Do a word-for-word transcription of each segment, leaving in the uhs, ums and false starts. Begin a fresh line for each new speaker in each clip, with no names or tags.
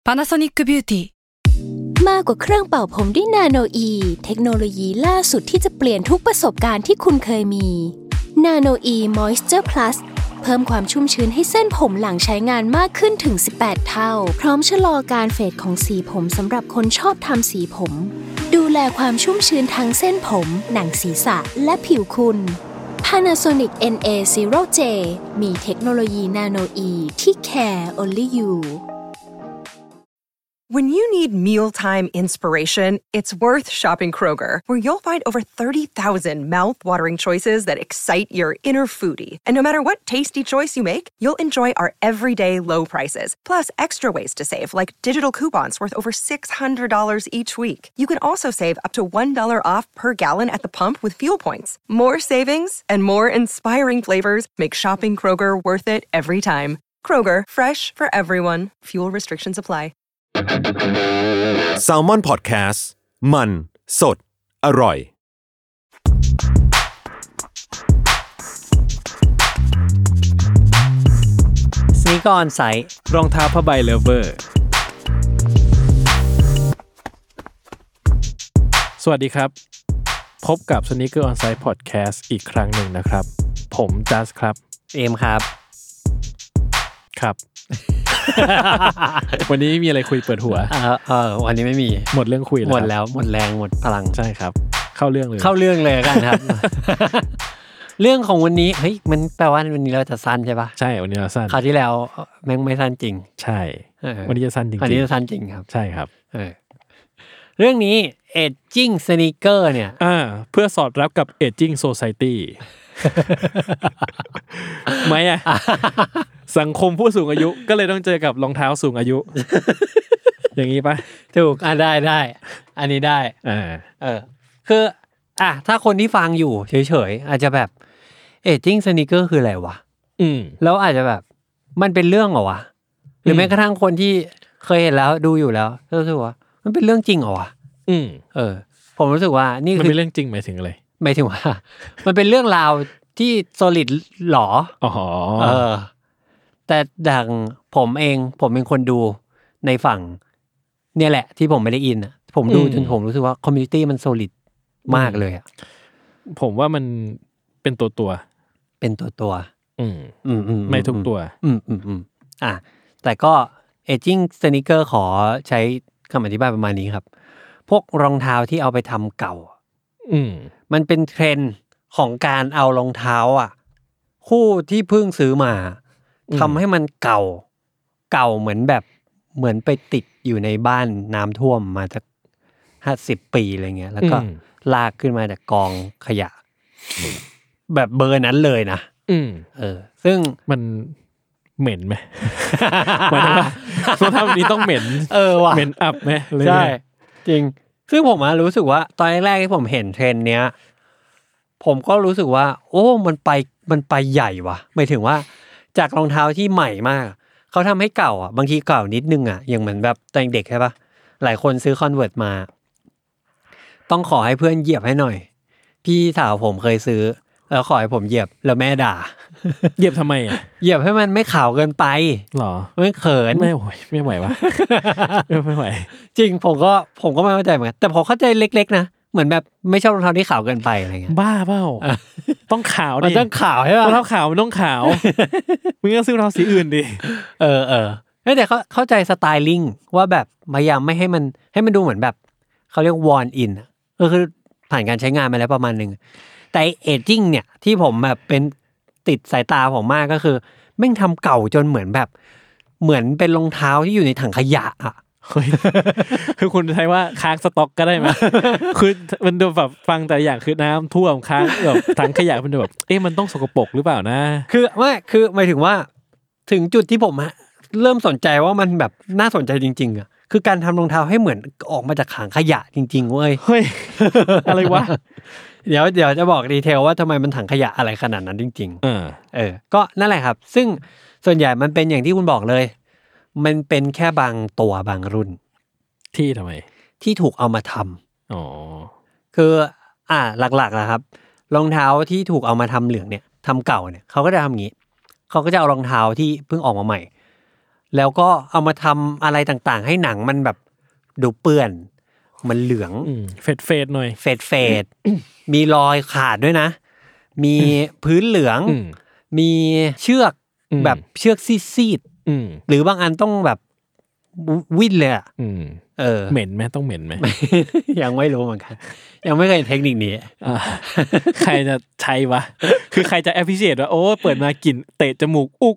Panasonic Beauty
มากกว่าเครื่องเป่าผมด้วยนาโนอีเทคโนโลยีล่าสุดที่จะเปลี่ยนทุกประสบการณ์ที่คุณเคยมีนาโนอีมอยส์เจอร์พลัสเพิ่มความชุ่มชื้นให้เส้นผมหลังใช้งานมากขึ้นถึงสิบแปดเท่าพร้อมชะลอการเฟดของสีผมสำหรับคนชอบทำสีผมดูแลความชุ่มชื้นทั้งเส้นผมหนังศีรษะและผิวคุณ Panasonic เอ็น เอ ศูนย์ เจ มีเทคโนโลยีนาโนอีที่ care only you
When you need mealtime inspiration, it's worth shopping Kroger, where you'll find over thirty thousand mouth-watering choices that excite your inner foodie. And no matter what tasty choice you make, you'll enjoy our everyday low prices, plus extra ways to save, like digital coupons worth over six hundred dollars each week. You can also save up to one dollar off per gallon at the pump with fuel points. More savings and more inspiring flavors make shopping Kroger worth it every time. Kroger, fresh for everyone. Fuel restrictions apply.
Salmon Podcast มันสดอร่อย
สนีกเกอร์ออนไซต์
รองเท้าผ้าใบเลเวอร์สวัสดีครับพบกับ Sneaker On Site Podcast อีกครั้งหนึ่งนะครับผมจัสครับ
เอมครับ
ครับ วันนี้มีอะไรคุยเปิดหัว
เออเออวันนี้ไม่มี
หมดเรื่องคุยแล้ว
หมดแล้วหมดแรงหมดพลัง
ใช่ครับเข้าเรื่องเลย
เข้าเรื่องเลยกันครับ เรื่องของวันนี้เฮ้ยมันแปลว่าวันนี้เราจะสั้นใช่ปะ
ใช่วันนี้เราสั้น
คราวที่แล้วแม่งไม่สั้นจริง
ใช่วันนี้จะสั้นจริง
วันนี้จะสั้นจริงครับ
ใช่ครับ
เออเรื่องนี้ Aging Sneaker เนี่ย
อ่าเพื่อสอดรับกับ Aging Society ไหมอ่ะสังคมผู้สูงอายุก็เลยต้องเจอกับรองเท้าสูงอายุ อย่างนี้ปะ
ถูกอ่ะได้ได้อันนี้ได้
เออ
เออคืออ่ะถ้าคนที่ฟังอยู่เฉยๆอาจจะแบบ Aging Sneaker คืออะไรวะ
อืม
แล้วอาจจะแบบมันเป็นเรื่องเหรอวะหรือแม้กระทั่งคนที่เคยเห็นแล้วดูอยู่แล้วรู้สึกว่ามันเป็นเรื่องจริงเหรอวะ
อืม
เออผมรู้สึกว่านี่คือ
มันเป็นเรื่องจริงหมายถึงอะไร
หมายถึงว่ามันเป็นเรื่องราวที่ solid หรอ
อ๋อ
เออแต่ดังผมเองผมเป็นคนดูในฝั่งเนี่ยแหละที่ผมไม่ได้อินอ่ะผมดูจนผมรู้สึกว่าคอมมูนิตี้มัน solid มากเลยอ่ะ
ผมว่ามันเป็นตัวตัว
เป็นตัวตัว
อืม
อืมอืม
ไม่ทุกตัว
อืมอืมอืมอ่ะแต่ก็ aging sneaker ขอใช้คำอธิบายประมาณนี้ครับพวกรองเท้าที่เอาไปทำเก่า
อืม
มันเป็นเทรนด์ของการเอารองเท้าอ่ะคู่ที่เพิ่งซื้อมาทำให้มันเก่าเก่าเหมือนแบบเหมือนไปติดอยู่ในบ้านน้ำท่วมมาสักห้าสิบปีอะไรเงี้ยแล้วก็ลากขึ้นมาจากกองขยะแบบเบอร์นั้นเลยนะ
อืม
เออซึ่ง
มันเหม็นไหมหมายถึงว่าสภาพนี้ต้องเหม็น
เออว่ะ
เหม็นอับไหม
ใช่จริงซึ่งผมอะรู้สึกว่าตอนแรกๆที่ผมเห็นเทรนด์เนี้ยผมก็รู้สึกว่าโอ้มันไปมันไปใหญ่ว่ะหมายถึงว่าจากรองเท้าที่ใหม่มากเขาทำให้เก่าอ่ะบางทีเก่านิดนึงอ่ะอย่างเหมือนแบบตอนเด็กใช่ปะหลายคนซื้อ Converse มาต้องขอให้เพื่อนเหยียบให้หน่อยพี่สาวผมเคยซื้อแล้วขอให้ผมเหยียบแล้วแม่ด่า
เหยียบทำไมอ่ะ
เหยียบให้มันไม่ขาวเกินไป
หรอ
ไม่เขิน
ไม่ไหวไม่ไหววะไม่ไหว
จริงผมก็ผมก็ไม่เข้าใจเหมือนกันแต่ผมเข้าใจเล็กๆนะเหมือนแบบไม่ชอบรองเท้าที่ขาวเกินไปอะไรเงี้ย
บ้าเปล่าต้องขาวดิ
มันต้องขาวใช่ป่ะ
รองเท้าขาวมันต้องขาวมึงก็ซื้อรองเท้าสีอื่นดิ
เออเออแต่เขาเข้าใจสไตลิ่งว่าแบบพยายามไม่ให้มันให้มันดูเหมือนแบบเขาเรียก worn in ก็คือผ่านการใช้งานมาแล้วประมาณนึงแต่เอจจิ้งเนี่ยที่ผมแบบเป็นติดสายตาผมมากก็คือแม่งทำเก่าจนเหมือนแบบเหมือนเป็นรองเท้าที่อยู่ในถังขยะอ่ะ
คือคุณใช้ว่าค้างสต็อกก็ได้ไหมคือมันดูแบบฟังแต่อย่างคือน้ำท่วมค้างแบบถังขยะมันดูแบบเอ๊ะมันต้องสกปรกหรือเปล่านะ
คือไม่คือหมายถึงว่าถึงจุดที่ผมเริ่มสนใจว่ามันแบบน่าสนใจจริงๆอ่ะคือการทำรองเท้าให้เหมือนออกมาจากถังขยะจริงๆเว้ย
เฮ้ยอะไรวะ
เดี๋ยวเดี๋ยวจะบอกดีเทลว่าทำไมมันถังขยะอะไรขนาดนั้นจริง
ๆเออ
เออก็นั่นแหละครับซึ่งส่วนใหญ่มันเป็นอย่างที่คุณบอกเลยมันเป็นแค่บางตัวบางรุ่น
ที่ทำไม
ที่ถูกเอามาท
ำอ๋อ
คืออ่าหลักๆนะครับรองเท้าที่ถูกเอามาทำเหลืองเนี่ยทำเก่าเนี่ยเขาก็จะทำอย่างนี้เขาก็จะเอารองเท้าที่เพิ่งออกมาใหม่แล้วก็เอามาทำอะไรต่างๆให้หนังมันแบบดูเปื้อนมันเหลือง
เฟดเฟดหน่อย
เฟดเฟดมีรอยขาดด้วยนะมีพื้นเหลืองมีเชือกแบบเชือกซีดๆหรือบางอันต้องแบบวิ่นเลยอ่ะเออ
เหม็นไหมต้องเหม็นไหม
ยังไม่รู้เหมือนกันยังไม่เคยเห็นเทคนิคนี้
ใครจะใช้วะคือใครจะแอพพิเชียตว่าโอ้เปิดมากลิ่นเตะจมูกอุก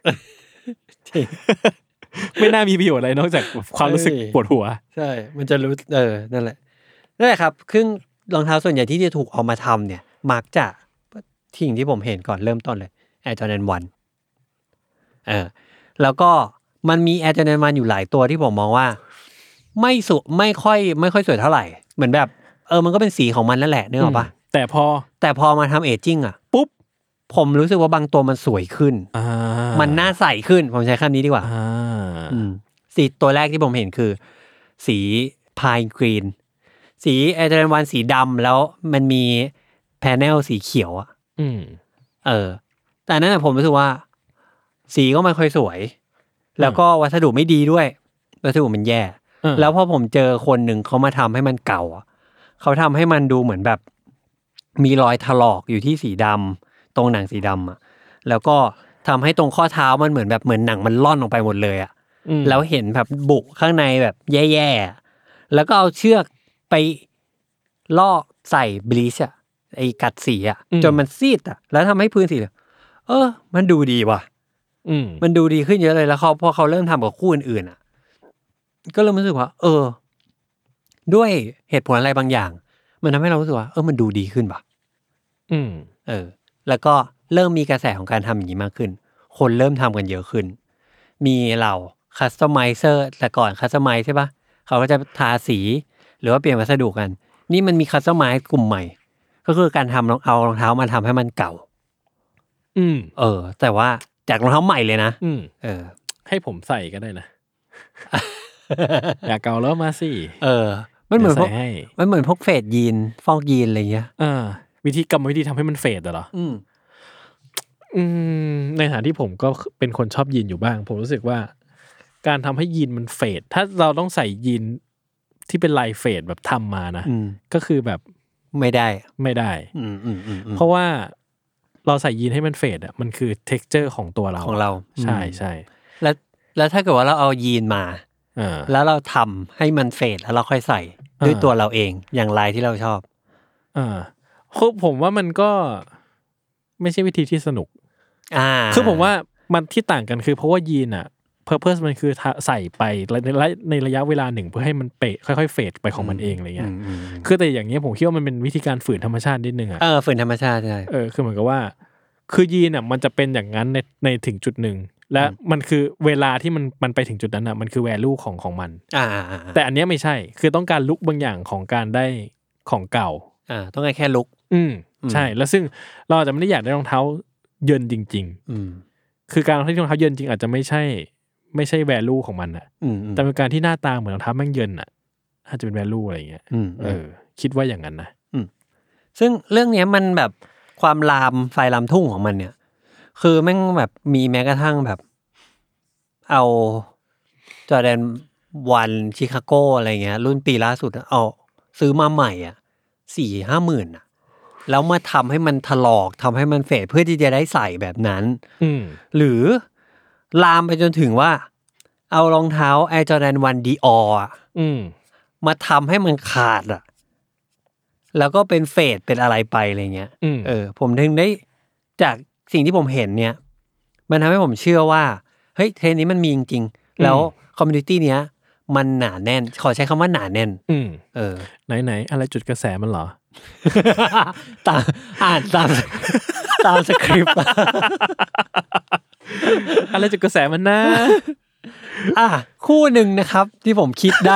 ไม่น่ามีประโยชน์อะไรนอกจากความรู้สึกปวดหัว
ใช่มันจะรู้เออนั่นแหละนั่นแหละครับครึ่งรองเท้าส่วนใหญ่ที่จะถูกเอามาทำเนี่ยมักจะทิ้งที่ผมเห็นก่อนเริ่มต้นเลย Air Jordan วันเออแล้วก็มันมี Air Jordan วันอยู่หลายตัวที่ผมมองว่าไม่สุไม่ค่อยไม่ค่อยสวยเท่าไหร่เหมือนแบบเออมันก็เป็นสีของมันนั่นแหละนึกออกปะ
แต่พอ
แต่พอมาทำเอจจิ้งอ่ะปุ๊บผมรู้สึกว่าบางตัวมันสวยขึ้นมันน่าใส่ขึ้นผมใช้คำนี้ดีกว่าสีตัวแรกที่ผมเห็นคือสีพายกรีนสีแอร์จอร์แดนวันสีดำแล้วมันมีแพนเนลสีเขียวอ่ะเออแต่นั่นผมรู้สึกว่าสีก็ไม่ค่อยสวยแล้วก็วัสดุไม่ดีด้วยวัสดุมันแย่แล้วพอผมเจอคนหนึ่งเขามาทำให้มันเก่าอ่ะเขาทำให้มันดูเหมือนแบบมีรอยถลอกอยู่ที่สีดำตรงหนังสีดำอ่ะแล้วก็ทำให้ตรงข้อเท้ามันเหมือนแบบเหมือนหนังมันล่อนออกไปหมดเลยอ่ะแล้วเห็นแบบบุข้างในแบบแย่ๆแล้วก็เอาเชือกไปล่อใส่บลีชอ่ะไอ้กัดสีอ่ะจนมันซีดอ่ะแล้วทำให้พื้นสีเออมันดูดีว่ะมันดูดีขึ้นเยอะเลยแล้วเขาพอเขาเริ่มทำกับคู่อื่นๆอ่ะก็เริ่มรู้สึกว่าเออด้วยเหตุผลอะไรบางอย่างมันทำให้เรารู้สึกว่าเออมันดูดีขึ้นป่ะ
อืม
เออแล้วก็เริ่มมีกระแสของการทำอย่างนี้มากขึ้นคนเริ่มทำกันเยอะขึ้นมีเราคัสตอมไมเซอร์แต่ก่อนคัสตอมไมซ์ใช่ป่ะเขาก็จะทาสีหรือว่าเปลี่ยนวัสดุกันนี่มันมีคัสตอมไมซ์กลุ่มใหม่ก็คือการทำเอารองเท้ามาทำให้มันเก่า
อืม
เออแต่ว่าจากรองเท้าใหม่เลยนะ
อืม
เออ
ให้ผมใส่ก็ได้นะ อยากเก่าแล้วมาสิ
เออมันเหมือนพวกมันเหมือนพวกเฟดยีนฟอกยีนอะไรเงี้ย
อ่าวิธีกรรมวิธีทำให้มันเฟดเหรอ
อืม
อืมในฐานะที่ผมก็เป็นคนชอบยีนอยู่บ้างผมรู้สึกว่าการทำให้ยีนมันเฟดถ้าเราต้องใส่ยีนที่เป็นลายเฟดแบบทำมานะก็คือแบบ
ไม่ได้
ไม่ได้
อืมอืมอืม
เพราะว่าเราใส่ยีนให้มันเฟดอ่ะมันคือ texture ของตัวเรา
ของเรา
ใช่ใช่
แล้วแล้วถ้าเกิดว่าเราเอายีนมาแล้วเราทำให้มันเฟดแล้วเราค่อยใส่ด้วยตัวเราเองอย่างลายที่เราชอบ
อ่าคือผมว่ามันก็ไม่ใช่วิธีที่สนุก
อ่า
คือผมว่ามันที่ต่างกันคือเพราะว่ายีนอ่ะ purpose มันคือใส่ไปในในระยะเวลาหนึ่งเพื่อให้มันเปะค่อยๆเฟดไปของมันเองอะไรเงี้ยคือแต่อย่างเงี้ยผมคิดว่ามันเป็นวิธีการฝืนธรรมชาตินิดนึงอ่ะ
เออฝืนธรรมชาติใช่
เออคือเหมือนกับว่าคือยีนอ่ะมันจะเป็นอย่างนั้นในในถึงจุดหนึ่งและมันคือเวลาที่มันมันไปถึงจุดนั้นอ่ะมันคือ value ของของมัน
อ่า
แต่อันเนี้ยไม่ใช่คือต้องการลุคบางอย่างของการได้ของเก่า
อ่าต้องการแค่ลุค
อืมใช่แล้วซึ่งเราอาจจะไม่ได้อยากได้รองเท้าเยินจริง
ๆอืม
คือการที่รองเท้าเยินจริงอาจจะไม่ใช่ไม่ใช่ value ของมันอ่ะแต่เป็นการที่หน้าตาเหมือนรองเท้าแม่งเยินอ่ะอาจจะเป็น value อะไรอย่างเงี้ยเออคิดว่าอย่างนั้นนะ
อืมซึ่งเรื่องนี้มันแบบความลามไฟลามทุ่งของมันเนี่ยคือแม่งแบบมีแม้กระทั่งแบบเอาจอร์แดนวันชิคาโกอะไรเงี้ยรุ่นปีล่าสุดเอาซื้อมาใหม่อ่ะสี่ห้าหมื่นอ่ะแล้วมาทำให้มันถลอกทำให้มันเฟดเพื่อที่จะได้ใส่แบบนั้นหรือลามไปจนถึงว่าเอารองเท้า Air Jordan วัน Dior อ่ะมาทำให้มันขาดอ่ะแล้วก็เป็นเฟดเป็นอะไรไปอะไรเงี้ยเออผมถึงได้จากสิ่งที่ผมเห็นเนี่ยมันทำให้ผมเชื่อว่าเฮ้ยเทรนด์นี้มันมีจริงๆแล้วคอมมูนิตี้เนี้ยมันหนาแน่นขอใช้คำว่าหนาแน่นเออ
ไหนๆอะไรจุดกระแสมันเหรอ
ตามอ่านตามตามสคริปต์
อะไรจุดกระแสมันนะ
อ่ะคู่หนึ่งนะครับที่ผมคิดได้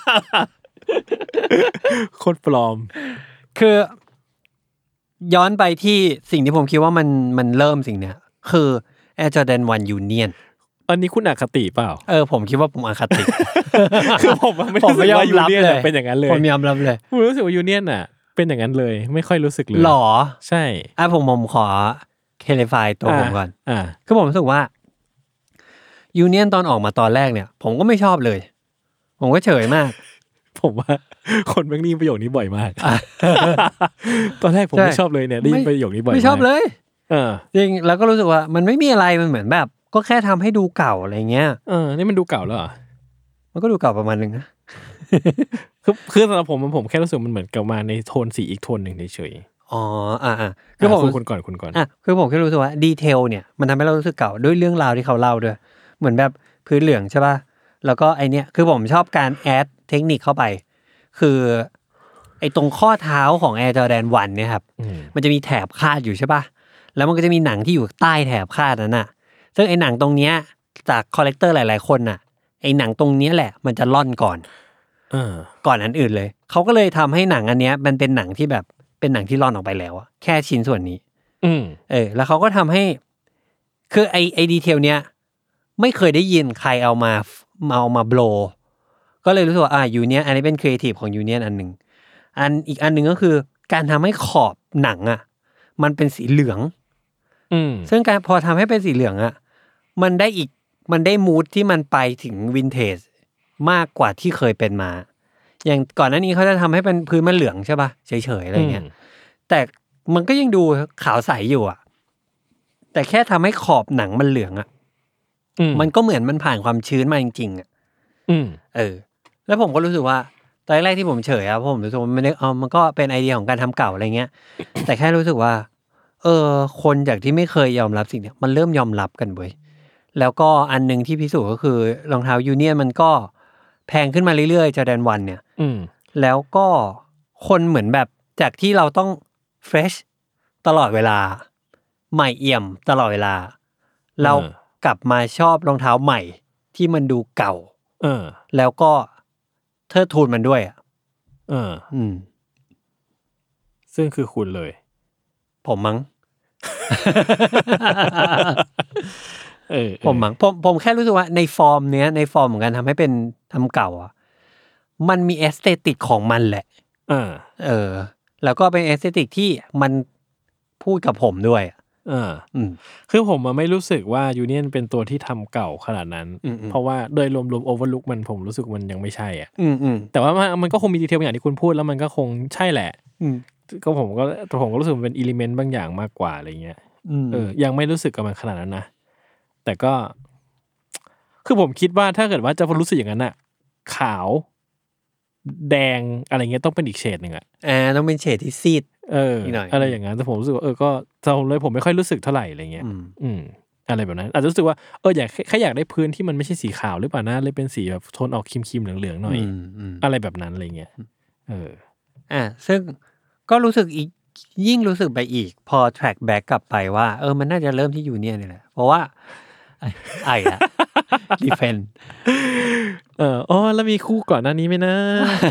โคตรปลอม
คือย้อนไปที่สิ่งที่ผมคิดว่ามันมันเริ่มสิ่งเนี้ยคือ Air Jordan วัน Union
อันนี้คุณอคติเปล่า
เออผมคิดว่าผมอคติ
คือผมไม่ผมไม่ยอมรับเลยเป็นอย่างนั้นเลย
ผมยอมรับเลย
ผมรู้สึกว่า Union อ่ะเป็นอย่างนั้นเลยไม่ค่อยรู้สึกเลย
หรอ
ใช่
อ่ะผมผมขอ clarify ตัวผมก่อน
อ่า
คือผมรู้สึกว่ายูเนียนตอนออกมาตอนแรกเนี่ยผมก็ไม่ชอบเลยผมก็เฉยมาก
ผมว่าคนแม่งนี่ประโยคนี้บ่อยมากตอนแรกผมไม่ชอบเลยเนี่ยได้ยินประโยคนี้บ่อยมาก
ไม่ชอบเลย
เออ
จริงแล้วก็รู้สึกว่ามันไม่มีอะไรมันเหมือนแบบก็แค่ทำให้ดูเก่าอะไรเงี้ย
เออนี่มันดูเก่าแล้วเหรอ
มันก็ดูเก่าประมาณนึงนะ
คือคือสำหรับผมผมแค่รู้สึกมันเหมือนกับมาในโทนสีอีกโทนหนึ่งเฉย
ๆอ๋ออ่า
ๆคือผมคุณก่อนคุณก่อน
อ่ะคือผมแค่รู้สึกว่าดีเทลเนี่ยมันทำให้เรารู้สึกเก่าด้วยเรื่องราวที่เขาเล่าด้วยเหมือนแบบพื้นเหลืองใช่ป่ะแล้วก็ไอเนี้ยคือผมชอบการแอดเทคนิคเข้าไปคือไอตรงข้อเท้าของ Air Jordan วันเนี่ยครับมันจะมีแถบคาดอยู่ใช่ป่ะแล้วมันก็จะมีหนังที่อยู่ใต้แถบคาดนั้นน่ะซึ่งไอหนังตรงเนี้ยจากคอลเลกเตอร์หลายๆคนน่ะไอหนังตรงเนี้ยแหละมันจะล่อนก่อน
เออ
ก่อนอันอื่นเลยเขาก็เลยทำให้หนังอันเนี้ยมันเป็นหนังที่แบบเป็นหนังที่ล่อนออกไปแล้วอะแค่ชิ้นส่วนนี้
อืม
เออแล้วเขาก็ทำให้คือไอไอดีเทลเนี้ยไม่เคยได้ยินใครเอามาเอามาโบลก็เลยรู้สึกว่าอ่ายูเนียนอันนี้เป็นครีเอทีฟของยูเนียนอันหนึ่งอันอีกอันหนึ่งก็คือการทำให้ขอบหนังอ่ะมันเป็นสีเหลือง
อืม
ซึ่งการพอทำให้เป็นสีเหลืองอ่ะมันได้อีกมันได้มูดที่มันไปถึงวินเทจมากกว่าที่เคยเป็นมาอย่างก่อนหน้านี้เขาจะทำให้เป็นพื้นมันเหลืองใช่ป่ะเฉยๆอะไรเงี้ยแต่มันก็ยังดูขาวใสอยู่อ่ะแต่แค่ทำให้ขอบหนังมันเหลืองอ่ะมันก็เหมือนมันผ่านความชื้นมาจริงๆอ่ะเออแล้วผมก็รู้สึกว่าตอนแรกที่ผมเฉยอ่ะผมรู้สึกว่ามันเออมันก็เป็นไอเดียของการทำเก่าอะไรเงี้ยแต่แค่รู้สึกว่าเออคนจากที่ไม่เคยยอมรับสิ่งเนี้ยมันเริ่มยอมรับกันเว้ยแล้วก็อันนึงที่พิสูจน์ก็คือรองเท้ายูเนียนมันก็แพงขึ้นมาเรื่อยๆจอร์แดนวันเนี่ยแล้วก็คนเหมือนแบบจากที่เราต้องเฟรชตลอดเวลาใหม่เอี่ยมตลอดเวลาเรากลับมาชอบรองเท้าใหม่ที่มันดูเก่า
เออ
แล้วก็เทิดทูนมันด้วยอ่ะ
เออ
อืม
ซึ่งคือคุณเลย
ผมมั้ง
เออ
ผมมั้งผมผมแค่รู้สึกว่าในฟอร์มเนี้ยในฟอร์มของการทำให้เป็นทำเก่าอ่ะมันมีเอสเตติกของมันแหละ
เออ
เออแล้วก็เป็นเอสเตติกที่มันพูดกับผมด้วย
เอออืมคือผมไม่รู้สึกว่ายูเนียนเป็นตัวที่ทำเก่าขนาดนั้นเพราะว่าโดยรวมๆโอเวอร์ลุคมันผมรู้สึกมันยังไม่ใช่อ่ะแต่ว่ามันก็คงมีดีเทลอย่างที่คุณพูดแล้วมันก็คงใช่แหละก็ผมก็ผมก็รู้สึกมันเป็นอิเลเมนต์บางอย่างมากกว่าอะไรเงี้ยเออยังไม่รู้สึกกับมันขนาดนั้นนะแต่ก็คือผมคิดว่าถ้าเกิดว่าจะรู้สึกอย่างนั้นอ่ะขาวแดงอะไรเงี้ยต้องเป็นอีกเฉดหนึ่งอ่ะ
อ่าต้องเป็นเฉดที่ซีด
เอออะไรอย่างนั้นแต่ผมรู้สึกว่าเออก็สำหรับผมเลยผมไม่ค่อยรู้สึกเท่าไหร่อะไรเงี้ยอืมอะไรแบบนั้นอาจจะรู้สึกว่าเอออยากแค่อยากได้พื้นที่มันไม่ใช่สีขาวหรือเปล่านะเลยเป็นสีแบบโทนออกครีมๆเหลืองๆหน่อยอะไรแบบนั้นอะไรเงี้ยเออ
อ่าซึ่งก็รู้สึกอีกยิ่งรู้สึกไปอีกพอ track back กลับไปว่าเออมันน่าจะเริ่มที่ยูเนียนนี่แหละเพราะว่าไอ้อะดีเฟน
เอออ๋อแล้วมีคู่ก่อนหน้านี้ไหมนะ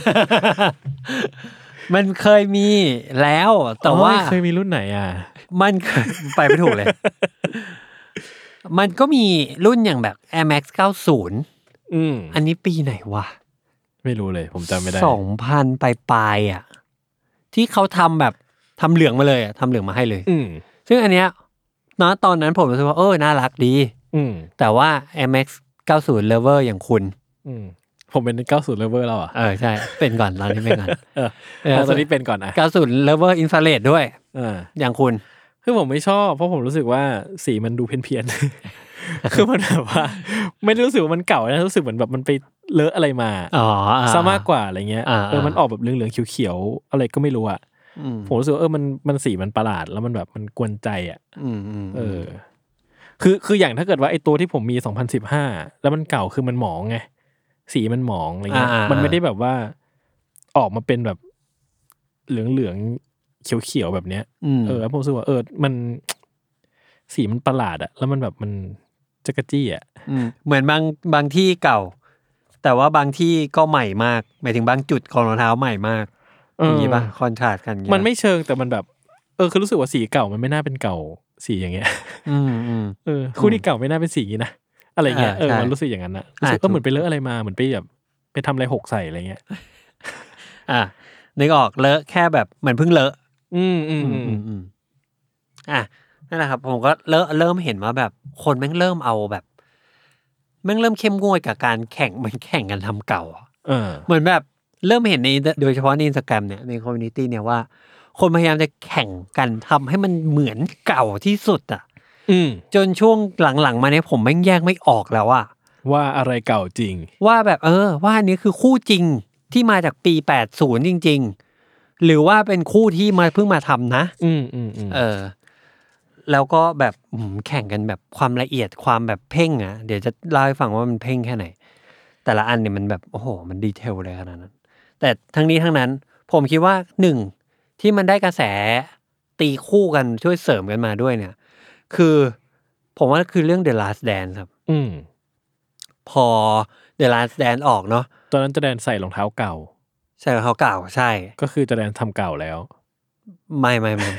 มันเคยมีแล้วแต่ว่า
เคยมีรุ่นไหนอ่ะ
มันไปไม่ถูกเลยมันก็มีรุ่นอย่างแบบ Air Max เก้าสิบอืมอันนี้ปีไหนวะ
ไม่รู้เลยผมจำไม่ได้
สองพันปลายๆอ่ะที่เขาทำแบบทำเหลืองมาเลยอ่ะทำเหลืองมาให้เลย
อืม
ซึ่งอันเนี้ยณตอนนั้นผมรู้สึกว่าเออน่ารักดี
อืม
แต่ว่า Air Max เก้าสิบ Lover อย่างคุณ
อืมผมเป็นเก้าสิบ Lover แล้วอ่ะ
เออใช่เป็นก่อนตอนนี้เป็นก่อน
เออตอนนี้เป็นก่อนนะ
เก้าสิบ Lover Infrared ด้วย
เออ
อย่างคุณ
คือผมไม่ชอบเพราะผมรู้สึกว่าสีมันดูเพี้ยนๆคือมันแบบว่าไม่ได้รู้สึกว่ามันเก่านะรู้สึกเหมือนแบบมันไปเลอะอะไรมา
อ๋อ
ซะมากกว่าอะไรเงี้ยเออมันออกแบบเหลืองๆเขียวๆอะไรก็ไม่รู้อ่ะผมรู้สึกเออมันมันสีมันประหลาดแล้วมันแบบมันกวนใจอ่ะเออคือคืออย่างถ้าเกิดว่าไอ้ตัวที่ผมมีสองพันสิบห้าแล้วมันเก่าคือมันหมองไงสีมันหมองอะไรเงี้ยมันไม่ได้แบบว่าออกมาเป็นแบบเหลืองๆเขียวๆแบบเนี้ยเออผมรู้สึกว่าเออมันสีมันประหลาดอะแล้วมันแบบมันจักรจี้อะ
เหมือนบางบางที่เก่าแต่ว่าบางที่ก็ใหม่มากหมายถึงบางจุดของรองเท้าใหม่มากอย่างนี้ป่ะคอนทราสต์กัน
มันไม่เชิงแต่มันแบบเออคือรู้สึกว่าสีเก่ามันไม่น่าเป็นเก่าสีอย่างเงี้ย
อืมอืม
เออคู่ที่เก่าไม่น่าเป็นสีนี้นะอะไรเงี้ยเออมันรู้สึกอย่างนั้นนะรู้สึกก็เหมือนไปเลอะอะไรมาเหมือนไปแบบไปทำอะไรหกใส่อะไรเงี้ย
อ่ะนึกออกเลอะแค่แบบเหมือนเพิ่งเลอะ
อืมอืมอืม
อืมอ่ะนั่นแหละครับผมก็เริ่มเริ่มเห็นว่าแบบคนแม่งเริ่มเอาแบบแม่งเริ่มเข้มงวดกับการแข่งมันแข่งกันทำเก่า
เออ
เหมือนแบบเริ่มเห็นในโดยเฉพาะใน Instagram เนี่ยในคอมมูนิตี้เนี่ยว่าคนพยายามจะแข่งกันทำให้มันเหมือนเก่าที่สุดอ่ะ
อืม
จนช่วงหลังๆมาเนี่ยผมแม่งแยกไม่ออกแล้วอ่ะ
ว่าอะไรเก่าจริง
ว่าแบบเออว่าอันนี้คือคู่จริงที่มาจากปีแปดสิบจริงๆหรือว่าเป็นคู่ที่มาเพิ่งมาทำนะ
อืมอืม
เออแล้วก็แบบแข่งกันแบบความละเอียดความแบบเพ่งอ่ะเดี๋ยวจะเล่าให้ฟังว่ามันเพ่งแค่ไหนแต่ละอันเนี่ยมันแบบโอ้โหมันดีเทลเลยขนาดนั้นแต่ทั้งนี้ทั้งนั้นผมคิดว่าหนึ่งที่มันได้กระแสตีคู่กันช่วยเสริมกันมาด้วยเนี่ยคือผมว่าคือเรื่อง The Last Dance ครับ
อืม
พอ The Last Dance ออกเนาะ
ตอนนั้นจะแดนใส่รองเท้าเก่า
ใส่รองเท้าเก่าใช่
ก็คือจะแดนทำเก่าแล้ว
ไม่ไม่ไม่